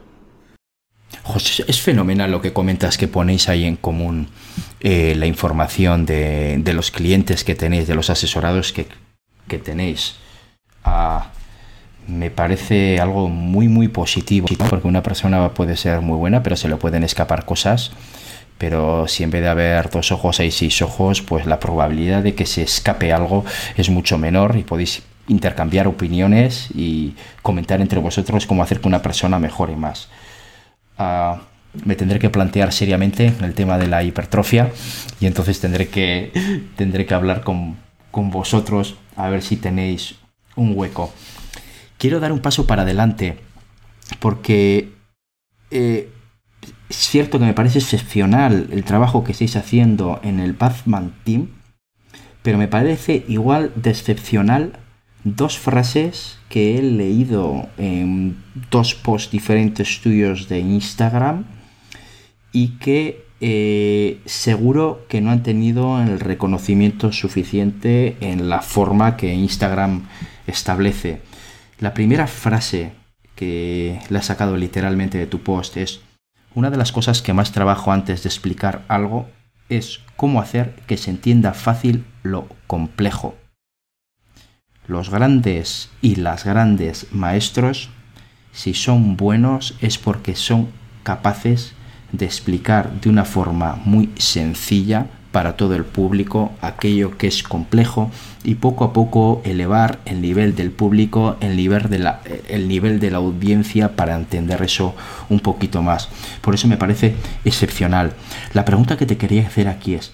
José, es fenomenal lo que comentas, que ponéis ahí en común la información de los clientes que tenéis, de los asesorados que tenéis. Me parece algo muy muy positivo, porque una persona puede ser muy buena, pero se le pueden escapar cosas. Pero si en vez de haber 2 ojos hay 6 ojos, pues la probabilidad de que se escape algo es mucho menor, y podéis intercambiar opiniones y comentar entre vosotros cómo hacer que una persona mejore más. Me tendré que plantear seriamente el tema de la hipertrofia, y entonces tendré que hablar con vosotros a ver si tenéis un hueco. Quiero dar un paso para adelante, porque es cierto que me parece excepcional el trabajo que estáis haciendo en el Batman Team, pero me parece igual de excepcional dos frases que he leído en dos posts diferentes tuyos de Instagram y que seguro que no han tenido el reconocimiento suficiente en la forma que Instagram establece. La primera frase que la he sacado literalmente de tu post es: una de las cosas que más trabajo antes de explicar algo es cómo hacer que se entienda fácil lo complejo. Los grandes y las grandes maestros, si son buenos, es porque son capaces de explicar de una forma muy sencilla para todo el público aquello que es complejo y poco a poco elevar el nivel del público, el nivel de la audiencia para entender eso un poquito más. Por eso me parece excepcional. La pregunta que te quería hacer aquí es: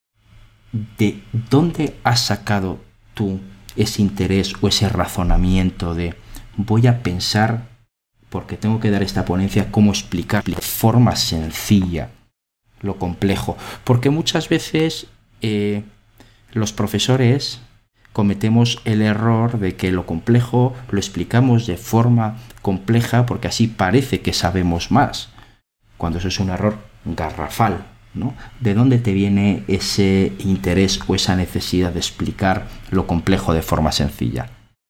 ¿de dónde has sacado tú ese interés o ese razonamiento de voy a pensar, porque tengo que dar esta ponencia, cómo explicar de forma sencilla lo complejo? Porque muchas veces los profesores cometemos el error de que lo complejo lo explicamos de forma compleja porque así parece que sabemos más, cuando eso es un error garrafal, ¿no? ¿De dónde te viene ese interés o esa necesidad de explicar lo complejo de forma sencilla?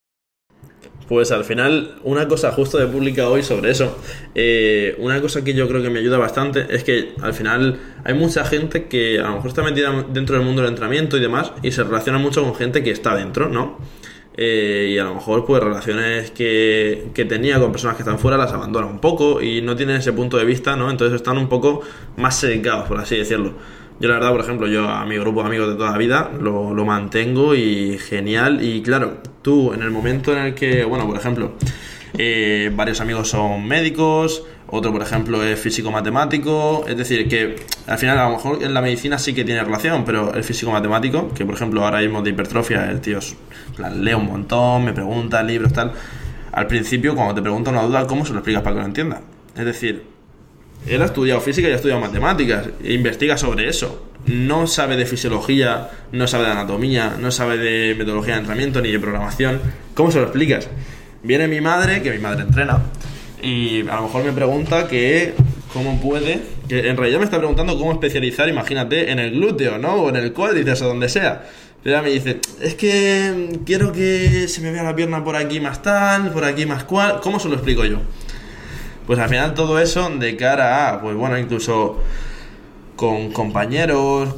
Pues al final, una cosa, justo he publicado hoy sobre eso, una cosa que yo creo que me ayuda bastante es que al final hay mucha gente que a lo mejor está metida dentro del mundo del entrenamiento y demás y se relaciona mucho con gente que está dentro, ¿no? Y a lo mejor pues relaciones que tenía con personas que están fuera las abandona un poco y no tienen ese punto de vista, ¿no? Entonces están un poco más sesgados, por así decirlo. Yo la verdad, por ejemplo, yo a mi grupo de amigos de toda la vida lo mantengo y genial. Y claro, tú en el momento en el que, bueno, por ejemplo, varios amigos son médicos, otro, por ejemplo, es físico-matemático. Es decir, que al final a lo mejor en la medicina sí que tiene relación, pero el físico-matemático, que por ejemplo ahora mismo de hipertrofia, el tío lee un montón, me pregunta libros, tal. Al principio, cuando te pregunta una duda, ¿cómo se lo explicas para que lo entienda? Es decir, él ha estudiado física y ha estudiado matemáticas e investiga sobre eso. No sabe de fisiología, no sabe de anatomía, no sabe de metodología de entrenamiento ni de programación. ¿Cómo se lo explicas? Viene mi madre, que mi madre entrena, y a lo mejor me pregunta que cómo puede, que en realidad me está preguntando cómo especializar, imagínate, en el glúteo, ¿no? O en el cuádriceps o donde sea. Pero ella me dice, es que quiero que se me vea la pierna por aquí más tal, por aquí más cual. ¿Cómo se lo explico yo? Pues al final todo eso de cara a, pues bueno, incluso con compañeros,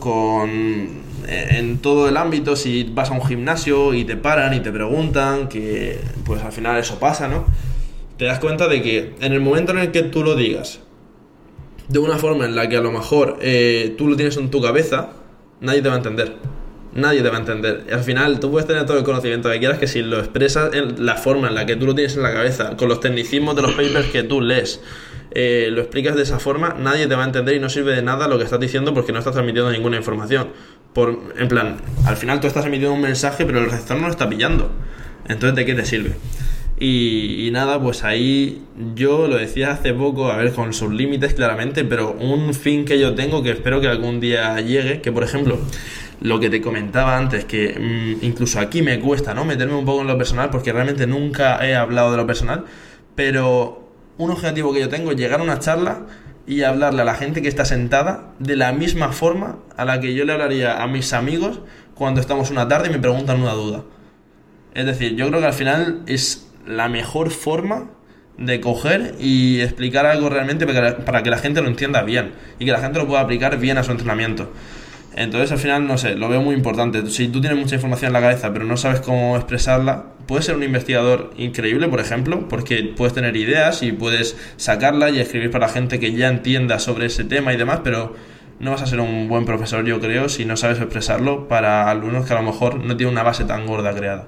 en todo el ámbito, si vas a un gimnasio y te paran y te preguntan, que pues al final eso pasa, ¿no? Te das cuenta de que en el momento en el que tú lo digas de una forma en la que a lo mejor tú lo tienes en tu cabeza, nadie te va a entender. Nadie te va a entender. Al final tú puedes tener todo el conocimiento que quieras, que si lo expresas en la forma en la que tú lo tienes en la cabeza, con los tecnicismos de los papers que tú lees, lo explicas de esa forma, nadie te va a entender y no sirve de nada lo que estás diciendo porque no estás transmitiendo ninguna información. En plan, al final tú estás emitiendo un mensaje pero el receptor no lo está pillando. Entonces, ¿de qué te sirve? Y nada, pues ahí yo lo decía hace poco, a ver, con sus límites claramente, pero un fin que yo tengo que espero que algún día llegue, que por ejemplo, lo que te comentaba antes, que incluso aquí me cuesta, ¿no?, meterme un poco en lo personal porque realmente nunca he hablado de lo personal, pero un objetivo que yo tengo es llegar a una charla y hablarle a la gente que está sentada de la misma forma a la que yo le hablaría a mis amigos cuando estamos una tarde y me preguntan una duda. Es decir, yo creo que al final es la mejor forma de coger y explicar algo realmente para que la gente lo entienda bien y que la gente lo pueda aplicar bien a su entrenamiento. Entonces al final, no sé, lo veo muy importante. Si tú tienes mucha información en la cabeza pero no sabes cómo expresarla, puedes ser un investigador increíble, por ejemplo, porque puedes tener ideas y puedes sacarlas y escribir para gente que ya entienda sobre ese tema y demás, pero no vas a ser un buen profesor, yo creo, si no sabes expresarlo para alumnos que a lo mejor no tienen una base tan gorda creada.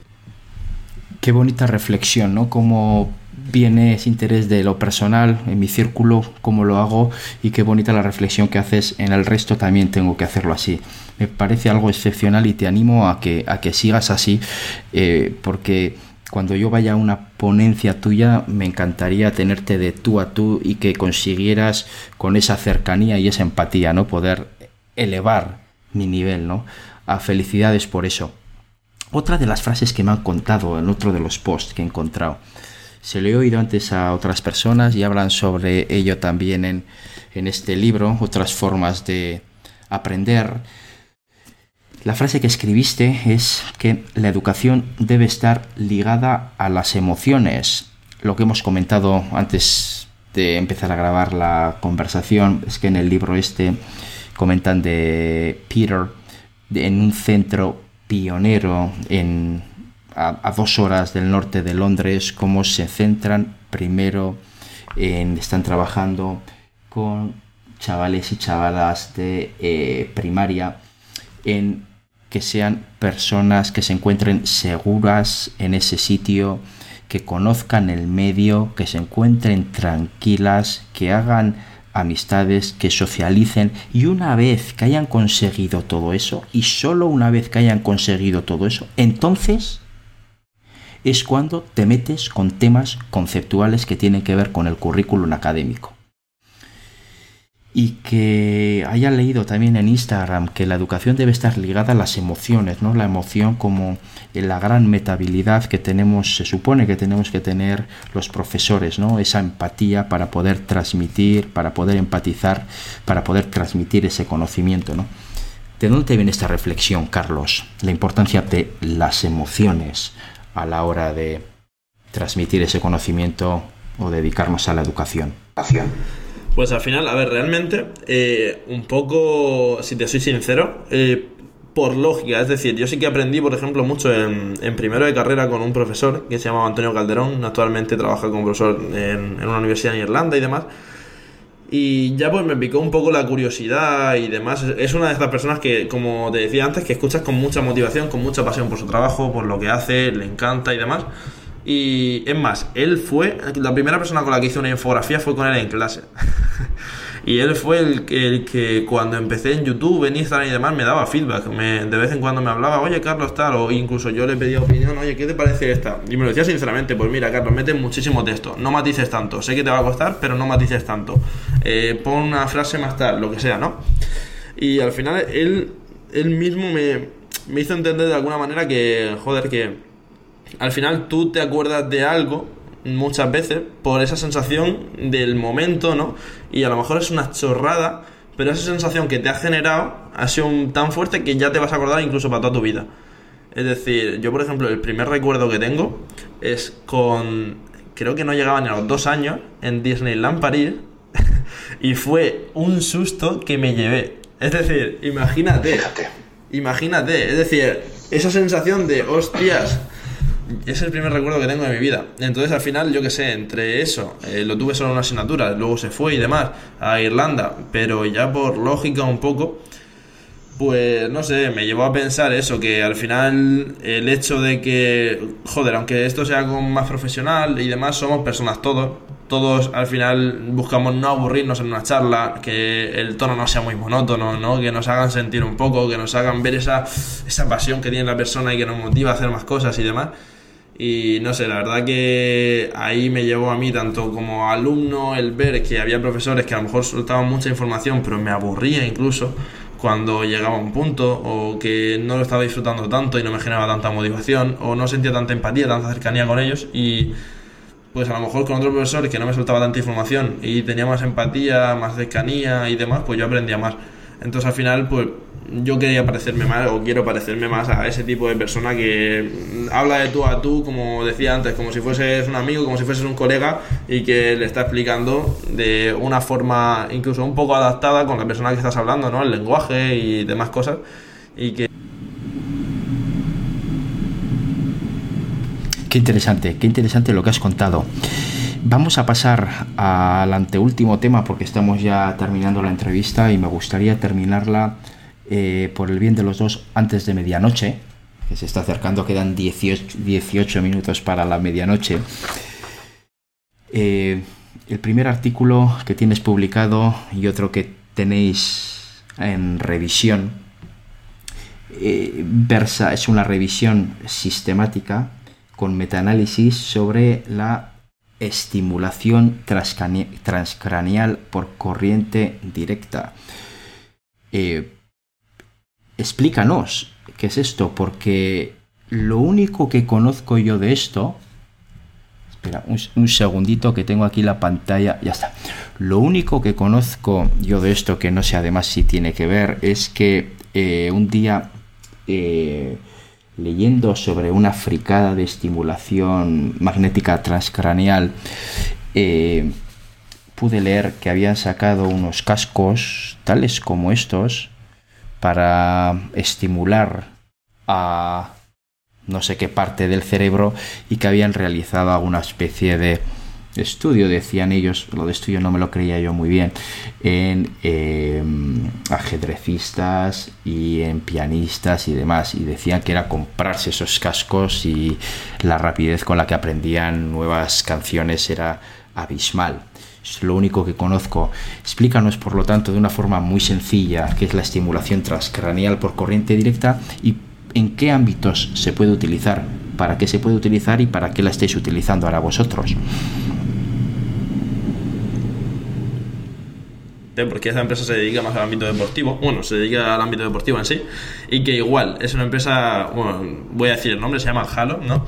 Qué bonita reflexión, ¿no? Cómo viene ese interés de lo personal en mi círculo, cómo lo hago, y qué bonita la reflexión que haces en el resto, también tengo que hacerlo así. Me parece algo excepcional y te animo a que sigas así, porque cuando yo vaya a una ponencia tuya me encantaría tenerte de tú a tú y que consiguieras con esa cercanía y esa empatía, ¿no?, poder elevar mi nivel, ¿no? Felicidades por eso. Otra de las frases que me han contado en otro de los posts que he encontrado, se lo he oído antes a otras personas y hablan sobre ello también en este libro, otras formas de aprender. La frase que escribiste es que la educación debe estar ligada a las emociones. Lo que hemos comentado antes de empezar a grabar la conversación es que en el libro comentan de Peter en un centro pionero a 2 horas del norte de Londres, cómo se centran primero están trabajando con chavales y chavalas de primaria en que sean personas que se encuentren seguras en ese sitio, que conozcan el medio, que se encuentren tranquilas, que hagan amistades, que socialicen, y una vez que hayan conseguido todo eso, y solo una vez que hayan conseguido todo eso, entonces es cuando te metes con temas conceptuales que tienen que ver con el currículum académico. Y que hayan leído también en Instagram que la educación debe estar ligada a las emociones, ¿no? La emoción como la gran metabilidad que se supone que tenemos que tener los profesores, ¿no? Esa empatía para poder transmitir, para poder empatizar, para poder transmitir ese conocimiento, ¿no? ¿De dónde te viene esta reflexión, Carlos? La importancia de las emociones a la hora de transmitir ese conocimiento o dedicarnos a la educación. Pues al final, a ver, realmente, un poco, si te soy sincero, por lógica, es decir, yo sí que aprendí, por ejemplo, mucho en primero de carrera con un profesor que se llamaba Antonio Calderón, actualmente trabaja como profesor en una universidad en Irlanda y demás, y ya pues me picó un poco la curiosidad y demás. Es una de estas personas que, como te decía antes, que escuchas con mucha motivación, con mucha pasión por su trabajo, por lo que hace, le encanta y demás. Y es más, él fue la primera persona con la que hice una infografía, fue con él en clase. Y él fue el que cuando empecé en YouTube, en Instagram y demás, me daba feedback. De vez en cuando me hablaba, oye Carlos, tal, o incluso yo le pedía opinión, oye, ¿qué te parece esta? Y me lo decía sinceramente, pues mira Carlos, mete muchísimo texto, no matices tanto, sé que te va a costar, pero no matices tanto. Pon una frase más tal, lo que sea, ¿no? Y al final él mismo me hizo entender de alguna manera que, joder, que al final tú te acuerdas de algo muchas veces por esa sensación del momento, ¿no? Y a lo mejor es una chorrada, pero esa sensación que te ha generado ha sido tan fuerte que ya te vas a acordar incluso para toda tu vida. Es decir, yo por ejemplo, el primer recuerdo que tengo es creo que no llegaba ni a los 2 años, en Disneyland París, y fue un susto que me llevé. Es decir, imagínate, es decir, esa sensación de hostias. Es el primer recuerdo que tengo de mi vida. Entonces al final, yo qué sé, entre eso, lo tuve solo en una asignatura, luego se fue y demás a Irlanda, pero ya por lógica un poco, pues no sé, me llevó a pensar eso, que al final el hecho de que, joder, aunque esto sea algo más profesional y demás, somos personas todos al final buscamos no aburrirnos en una charla, que el tono no sea muy monótono, ¿no? Que nos hagan sentir un poco, que nos hagan ver esa pasión que tiene la persona y que nos motiva a hacer más cosas y demás. Y no sé, la verdad que ahí me llevó a mí tanto como alumno el ver que había profesores que a lo mejor soltaban mucha información, pero me aburría incluso cuando llegaba a un punto, o que no lo estaba disfrutando tanto y no me generaba tanta motivación, o no sentía tanta empatía, tanta cercanía con ellos. Y pues a lo mejor con otro profesor que no me soltaba tanta información y tenía más empatía, más cercanía y demás, pues yo aprendía más. Entonces al final, pues yo quería parecerme más, o quiero parecerme más a ese tipo de persona que habla de tú a tú, como decía antes, como si fueses un amigo, como si fueses un colega, y que le está explicando de una forma incluso un poco adaptada con la persona que estás hablando, ¿no? El lenguaje y demás cosas, y que... Qué interesante lo que has contado. Vamos a pasar al anteúltimo tema porque estamos ya terminando la entrevista y me gustaría terminarla por el bien de los dos antes de medianoche, que se está acercando, quedan 18 minutos para la medianoche. El primer artículo que tienes publicado y otro que tenéis en revisión es una revisión sistemática con metaanálisis sobre la estimulación transcraneal por corriente directa. Explícanos qué es esto, porque lo único que conozco yo de esto... Espera, un segundito que tengo aquí la pantalla. Ya está. Lo único que conozco yo de esto, que no sé además si tiene que ver, es que un día leyendo sobre una fricada de estimulación magnética transcraneal, pude leer que habían sacado unos cascos tales como estos para estimular a no sé qué parte del cerebro, y que habían realizado alguna especie de estudio, decían ellos, lo de estudio no me lo creía yo muy bien, en ajedrecistas y en pianistas y demás, y decían que era comprarse esos cascos y la rapidez con la que aprendían nuevas canciones era abismal. Es lo único que conozco. Explícanos, por lo tanto, de una forma muy sencilla qué es la estimulación transcraneal por corriente directa y en qué ámbitos se puede utilizar, para qué se puede utilizar y para qué la estáis utilizando ahora vosotros. Porque esa empresa se dedica más al ámbito deportivo, bueno, se dedica al ámbito deportivo en sí, y que igual es una empresa, bueno, voy a decir el nombre, se llama Halo, ¿no?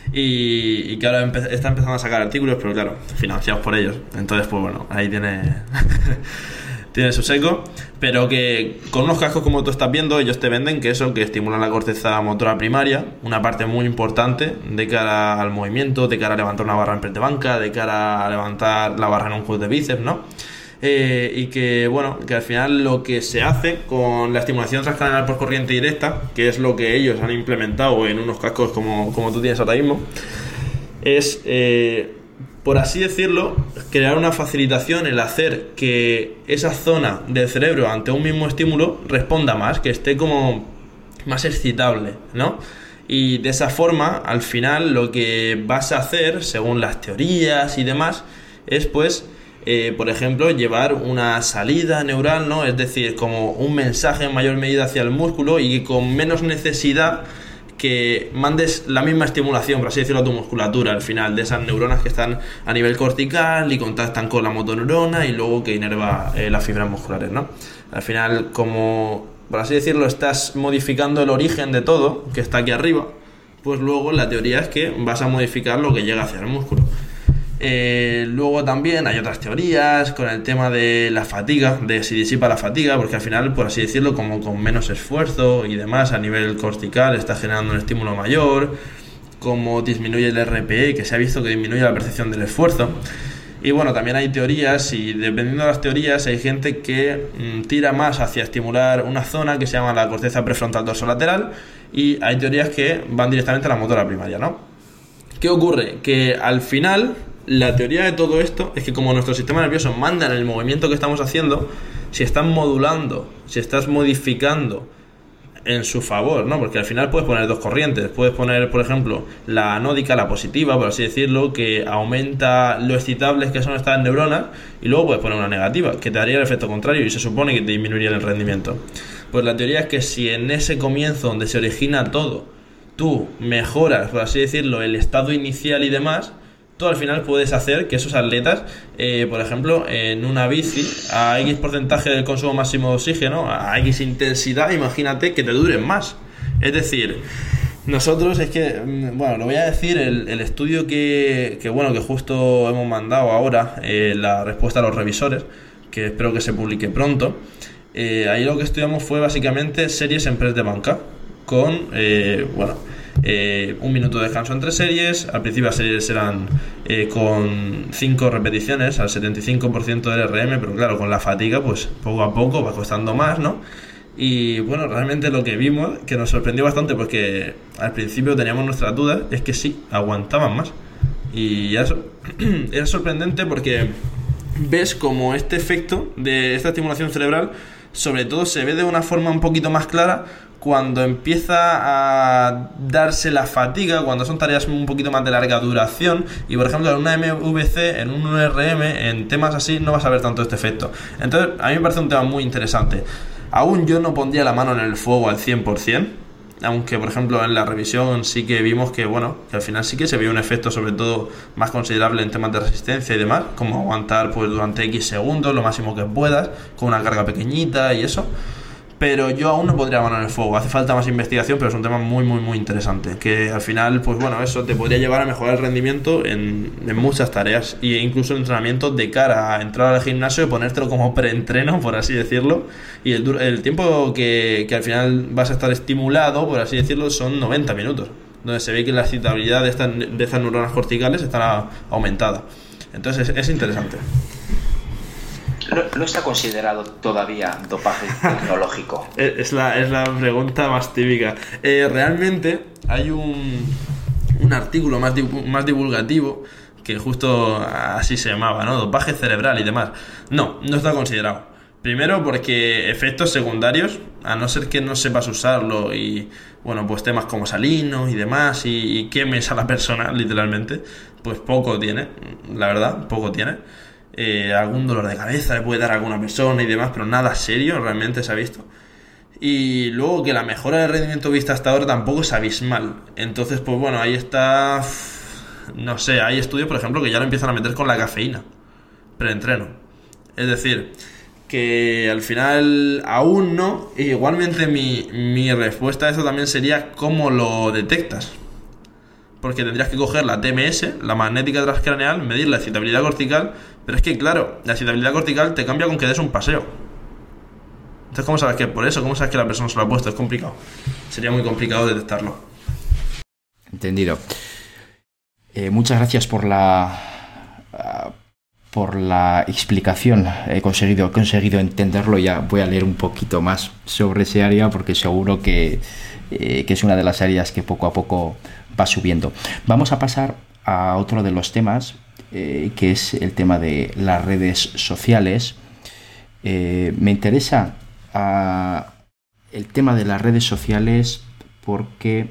Y que ahora está empezando a sacar artículos, pero claro, financiados por ellos. Entonces, pues bueno, ahí tiene tiene su seco, pero que con unos cascos como tú estás viendo, ellos te venden que estimulan la corteza motora primaria, una parte muy importante de cara al movimiento, de cara a levantar una barra en press de banca, de cara a levantar la barra en un juego de bíceps, ¿no? Y que bueno, que al final lo que se hace con la estimulación transcraneal por corriente directa, que es lo que ellos han implementado en unos cascos como tú tienes ahora mismo, es por así decirlo, crear una facilitación, el hacer que esa zona del cerebro ante un mismo estímulo responda más, que esté como más excitable, ¿no? Y de esa forma, al final, lo que vas a hacer, según las teorías y demás, es pues, por ejemplo, llevar una salida neural, ¿no? Es decir, como un mensaje en mayor medida hacia el músculo y con menos necesidad que mandes la misma estimulación, por así decirlo, a tu musculatura al final, de esas neuronas que están a nivel cortical y contactan con la motoneurona y luego que inerva las fibras musculares, ¿no? Al final, como, por así decirlo, estás modificando el origen de todo, que está aquí arriba, pues luego la teoría es que vas a modificar lo que llega hacia el músculo. Luego también hay otras teorías con el tema de la fatiga, de si disipa la fatiga, porque al final, por así decirlo, como con menos esfuerzo y demás a nivel cortical está generando un estímulo mayor, como disminuye el RPE, que se ha visto que disminuye la percepción del esfuerzo. Y bueno, también hay teorías, y dependiendo de las teorías hay gente que tira más hacia estimular una zona que se llama la corteza prefrontal dorsolateral, y hay teorías que van directamente a la motora primaria, ¿no? ¿Qué ocurre? Que al final la teoría de todo esto es que como nuestro sistema nervioso manda en el movimiento que estamos haciendo, si estás modulando, si estás modificando en su favor, ¿no? Porque al final puedes poner dos corrientes. Puedes poner, por ejemplo, la anódica, la positiva, por así decirlo, que aumenta lo excitables que son estas neuronas, y luego puedes poner una negativa, que te daría el efecto contrario y se supone que te disminuiría el rendimiento. Pues la teoría es que si en ese comienzo donde se origina todo, tú mejoras, por así decirlo, el estado inicial y demás, tú al final puedes hacer que esos atletas, por ejemplo, en una bici, a X porcentaje del consumo máximo de oxígeno, a X intensidad, imagínate que te duren más. Es decir, nosotros es que, bueno, lo voy a decir, el estudio que justo hemos mandado ahora, la respuesta a los revisores, que espero que se publique pronto, ahí lo que estudiamos fue básicamente series en press de banca, con, un minuto de descanso entre series. Al principio las series eran con 5 repeticiones al 75% del RM, pero claro, con la fatiga pues poco a poco va costando más, ¿no? Y bueno, realmente lo que vimos, que nos sorprendió bastante porque al principio teníamos nuestras dudas, es que sí, aguantaban más. Y eso era sorprendente porque ves como este efecto de esta estimulación cerebral sobre todo se ve de una forma un poquito más clara cuando empieza a darse la fatiga, cuando son tareas un poquito más de larga duración. Y por ejemplo en una MVC, en un RM, en temas así no vas a ver tanto este efecto. Entonces a mí me parece un tema muy interesante. Aún yo no pondría la mano en el fuego al 100%, aunque por ejemplo en la revisión sí que vimos que bueno, que al final sí que se vio un efecto sobre todo más considerable en temas de resistencia y demás, como aguantar pues durante X segundos lo máximo que puedas con una carga pequeñita y eso. pero yo aún no pondría mano en el fuego. Hace falta más investigación, pero es un tema muy, muy, muy interesante. Que al final, pues bueno, eso te podría llevar a mejorar el rendimiento en muchas tareas. E incluso en entrenamiento de cara a entrar al gimnasio y ponértelo como preentreno, por así decirlo. Y el tiempo que al final vas a estar estimulado, por así decirlo, son 90 minutos. Donde se ve que la excitabilidad de estas neuronas corticales está aumentada. Entonces es interesante. No está considerado todavía dopaje tecnológico. Es la pregunta más típica. Realmente hay un artículo más divulgativo que justo así se llamaba, ¿no? Dopaje cerebral y demás. No está considerado. Primero porque efectos secundarios, a no ser que no sepas usarlo y, bueno, pues temas como salinos y demás y quemes a la persona, literalmente, pues poco tiene, la verdad, poco tiene. Algún dolor de cabeza le puede dar a alguna persona y demás, pero nada serio realmente se ha visto. Y luego que la mejora de rendimiento vista hasta ahora tampoco es abismal. Entonces, pues bueno, ahí está. No sé, hay estudios, por ejemplo, que ya lo empiezan a meter con la cafeína preentreno. Es decir, que al final aún no. Igualmente mi respuesta a eso también sería cómo lo detectas. Porque tendrías que coger la TMS, la magnética transcraneal, medir la excitabilidad cortical. Pero es que, claro, la excitabilidad cortical te cambia con que des un paseo. Entonces, ¿cómo sabes que es por eso? ¿Cómo sabes que la persona se lo ha puesto? Es complicado. Sería muy complicado detectarlo. Entendido. Muchas gracias por la explicación. He conseguido entenderlo. Ya voy a leer un poquito más sobre ese área porque seguro que es una de las áreas que poco a poco va subiendo. Vamos a pasar a otro de los temas, que es el tema de las redes sociales. Me interesa el tema de las redes sociales porque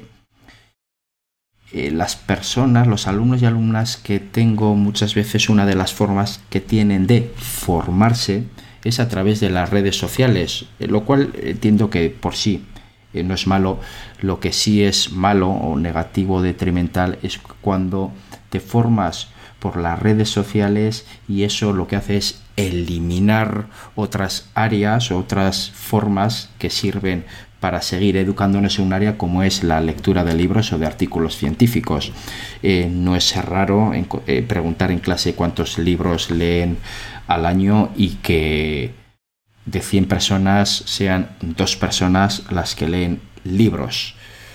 las personas, los alumnos y alumnas que tengo, muchas veces una de las formas que tienen de formarse es a través de las redes sociales, lo cual entiendo que por sí no es malo. Lo que sí es malo o negativo, detrimental, es cuando te formas por las redes sociales y eso lo que hace es eliminar otras áreas o otras formas que sirven para seguir educándonos en un área como es la lectura de libros o de artículos científicos. No es raro preguntar en clase cuántos libros leen al año y que de 100 personas sean 2 personas las que leen libros.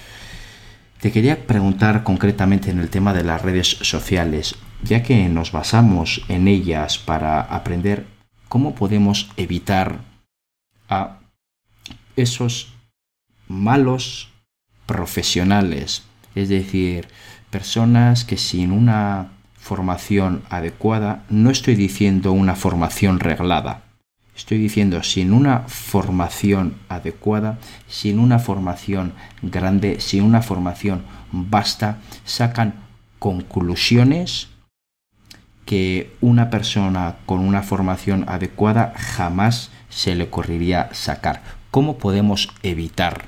Te quería preguntar concretamente en el tema de las redes sociales, ya que nos basamos en ellas para aprender, ¿cómo podemos evitar a esos malos profesionales? Es decir, personas que sin una formación adecuada, no estoy diciendo una formación reglada, estoy diciendo sin una formación adecuada, sin una formación grande, sin una formación vasta, sacan conclusiones que una persona con una formación adecuada jamás se le ocurriría sacar. ¿Cómo podemos evitar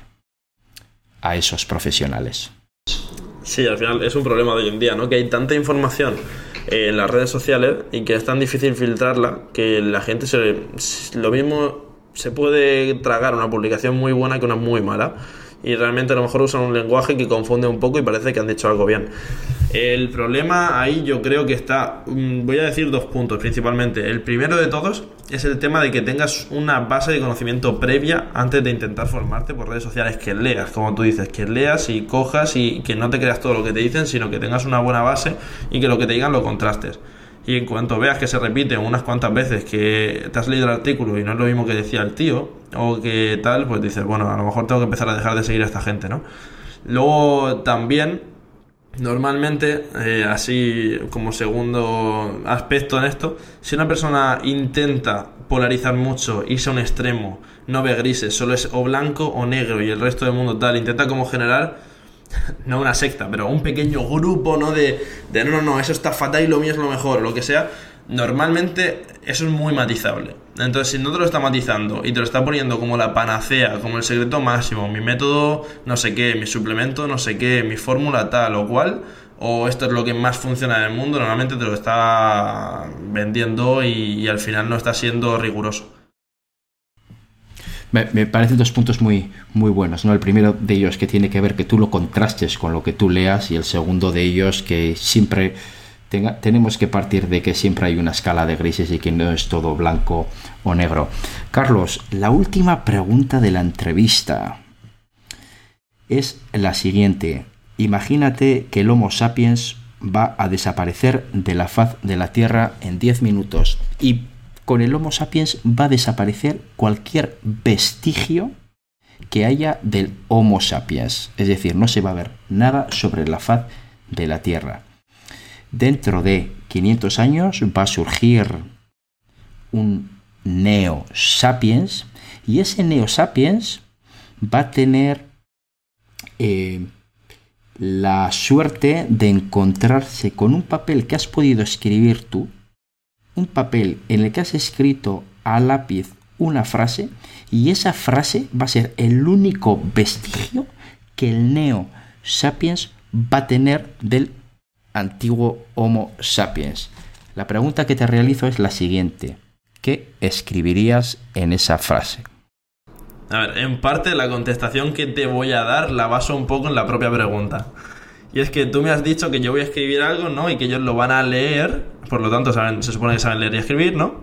a esos profesionales? Sí, al final es un problema de hoy en día, ¿no? Que hay tanta información en las redes sociales y que es tan difícil filtrarla que la gente lo mismo se puede tragar una publicación muy buena que una muy mala, y realmente a lo mejor usan un lenguaje que confunde un poco y parece que han dicho algo bien. El problema ahí yo creo que está, voy a decir 2 puntos principalmente. El primero de todos es el tema de que tengas una base de conocimiento previa antes de intentar formarte por redes sociales, que leas, como tú dices, que leas y cojas y que no te creas todo lo que te dicen, sino que tengas una buena base y que lo que te digan lo contrastes. Y en cuanto veas que se repite unas cuantas veces que te has leído el artículo y no es lo mismo que decía el tío o que tal, pues dices, bueno, a lo mejor tengo que empezar a dejar de seguir a esta gente, ¿no? Luego también, normalmente, así como segundo aspecto en esto, si una persona intenta polarizar mucho, irse a un extremo, no ve grises, solo es o blanco o negro y el resto del mundo tal, intenta como generar, no una secta, pero un pequeño grupo, ¿no? De no, eso está fatal y lo mío es lo mejor, lo que sea. Normalmente eso es muy matizable. Entonces, si no te lo está matizando y te lo está poniendo como la panacea, como el secreto máximo, mi método no sé qué, mi suplemento no sé qué, mi fórmula tal o cual, o esto es lo que más funciona en el mundo, normalmente te lo está vendiendo y al final no está siendo riguroso. Me parecen dos puntos muy, muy buenos, ¿no? El primero de ellos que tiene que ver que tú lo contrastes con lo que tú leas, y el segundo de ellos que siempre tenemos que partir de que siempre hay una escala de grises y que no es todo blanco o negro. Carlos, la última pregunta de la entrevista es la siguiente. Imagínate que el Homo sapiens va a desaparecer de la faz de la Tierra en 10 minutos y con el Homo sapiens va a desaparecer cualquier vestigio que haya del Homo sapiens. Es decir, no se va a ver nada sobre la faz de la Tierra. Dentro de 500 años va a surgir un Neo Sapiens y ese Neo Sapiens va a tener la suerte de encontrarse con un papel que has podido escribir tú, un papel en el que has escrito a lápiz una frase, y esa frase va a ser el único vestigio que el Neo Sapiens va a tener del antiguo Homo Sapiens. La pregunta que te realizo es la siguiente: ¿qué escribirías en esa frase? A ver, en parte la contestación que te voy a dar la baso un poco en la propia pregunta. Y es que tú me has dicho que yo voy a escribir algo, ¿no? Y que ellos lo van a leer, por lo tanto se supone que saben leer y escribir, ¿no?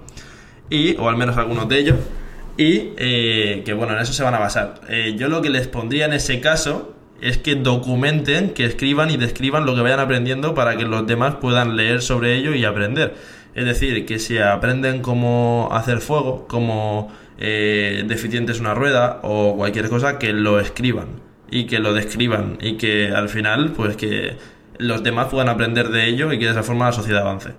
O al menos algunos de ellos. Y que bueno, en eso se van a basar. Yo lo que les pondría en ese caso es que documenten, que escriban y describan lo que vayan aprendiendo para que los demás puedan leer sobre ello y aprender. Es decir, que si aprenden cómo hacer fuego, cómo deficiente es una rueda o cualquier cosa, que lo escriban y que lo describan y que al final pues que los demás puedan aprender de ello y que de esa forma la sociedad avance.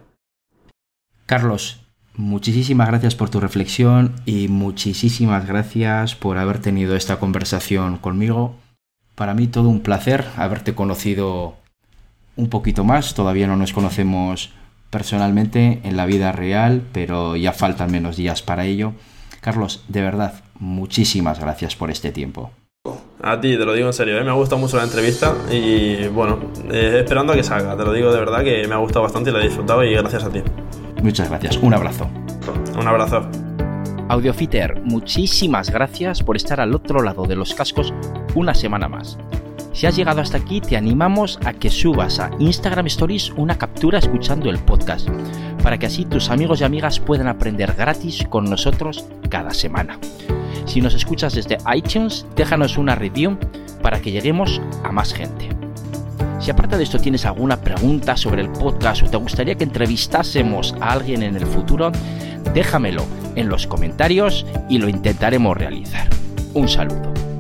Carlos, muchísimas gracias por tu reflexión y muchísimas gracias por haber tenido esta conversación conmigo. Para mí todo un placer haberte conocido un poquito más. Todavía no nos conocemos personalmente en la vida real, pero ya faltan menos días para ello. Carlos, de verdad, muchísimas gracias por este tiempo. A ti, te lo digo en serio, me ha gustado mucho la entrevista y bueno, esperando a que salga, te lo digo de verdad que me ha gustado bastante y la he disfrutado y gracias a ti. Muchas gracias, un abrazo. Un abrazo. Audiofiter, muchísimas gracias por estar al otro lado de los cascos una semana más. Si has llegado hasta aquí, te animamos a que subas a Instagram Stories una captura escuchando el podcast, para que así tus amigos y amigas puedan aprender gratis con nosotros cada semana. Si nos escuchas desde iTunes, déjanos una review para que lleguemos a más gente. Si aparte de esto tienes alguna pregunta sobre el podcast o te gustaría que entrevistásemos a alguien en el futuro, déjamelo en los comentarios y lo intentaremos realizar. Un saludo.